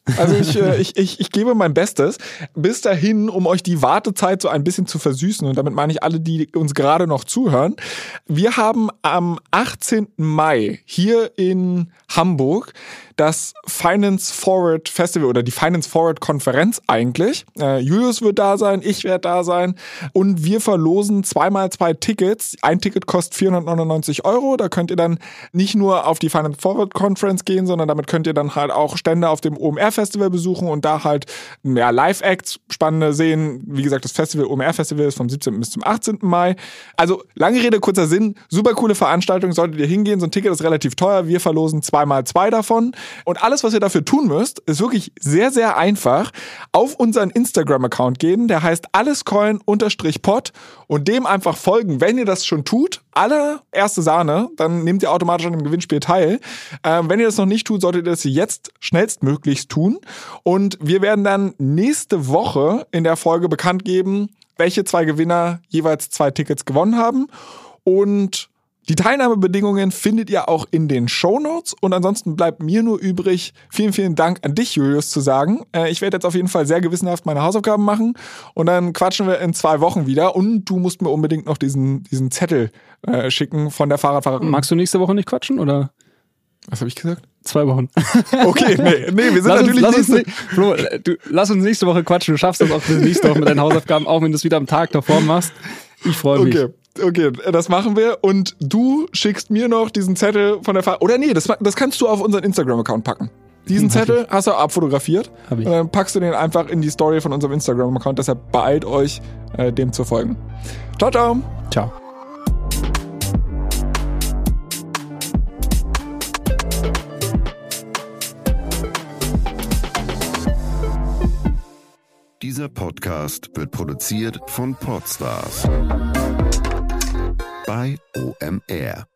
Also ich, äh, ich, ich, ich gebe mein Bestes. Bis dahin, um euch die Wartezeit so ein bisschen zu versüßen, und damit meine ich alle, die uns gerade noch zuhören. Wir haben am achtzehnten Mai hier in Hamburg das Finance Forward Festival oder die Finance Forward Konferenz eigentlich. Äh, Julius wird da sein, ich werde da sein und wir verlosen zweimal zwei Tickets. Ein Ticket kostet vierhundertneunundneunzig Euro. Da könnt ihr dann nicht nur auf die Finance Forward Conference gehen, sondern damit könnt ihr dann halt auch Stände auf dem O M R Festival besuchen und da halt ja, Live-Acts, spannende sehen. Wie gesagt, das Festival O M R Festival ist vom siebzehnten bis zum achtzehnten Mai. Also lange Rede, kurzer Sinn, super coole Veranstaltung, solltet ihr hingehen. So ein Ticket ist relativ teuer. Wir verlosen zweimal zwei davon. Und alles, was ihr dafür tun müsst, ist wirklich sehr, sehr einfach. Auf unseren Instagram-Account gehen, der heißt allescoin-pod und dem einfach folgen. Wenn ihr das schon tut, alle erste Sahne, dann nehmt ihr automatisch an dem Gewinnspiel teil. Ähm, wenn ihr das noch nicht tut, solltet ihr das jetzt schnellstmöglichst tun. Und wir werden dann nächste Woche in der Folge bekannt geben, welche zwei Gewinner jeweils zwei Tickets gewonnen haben. Und die Teilnahmebedingungen findet ihr auch in den Shownotes und ansonsten bleibt mir nur übrig, vielen, vielen Dank an dich, Julius, zu sagen. Äh, ich werde jetzt auf jeden Fall sehr gewissenhaft meine Hausaufgaben machen und dann quatschen wir in zwei Wochen wieder und du musst mir unbedingt noch diesen, diesen Zettel äh, schicken von der Fahrradfahrerin. Magst du nächste Woche nicht quatschen, oder? Was habe ich gesagt? Zwei Wochen. Okay, nee, nee, wir sind lass natürlich uns, lass, nächste... uns, Flo, du, lass uns nächste Woche quatschen, du schaffst das auch bis nächste Woche mit deinen Hausaufgaben, auch wenn du es wieder am Tag davor machst. Ich freue mich. Okay. Okay, das machen wir und du schickst mir noch diesen Zettel von der Fahrt. Oder nee, das, das kannst du auf unseren Instagram-Account packen. Diesen hm, Zettel hast du abfotografiert. Hab ich. Und dann packst du den einfach in die Story von unserem Instagram-Account. Deshalb beeilt euch, äh, dem zu folgen. Ciao, ciao. Ciao. Dieser Podcast wird produziert von Podstars bei O M R.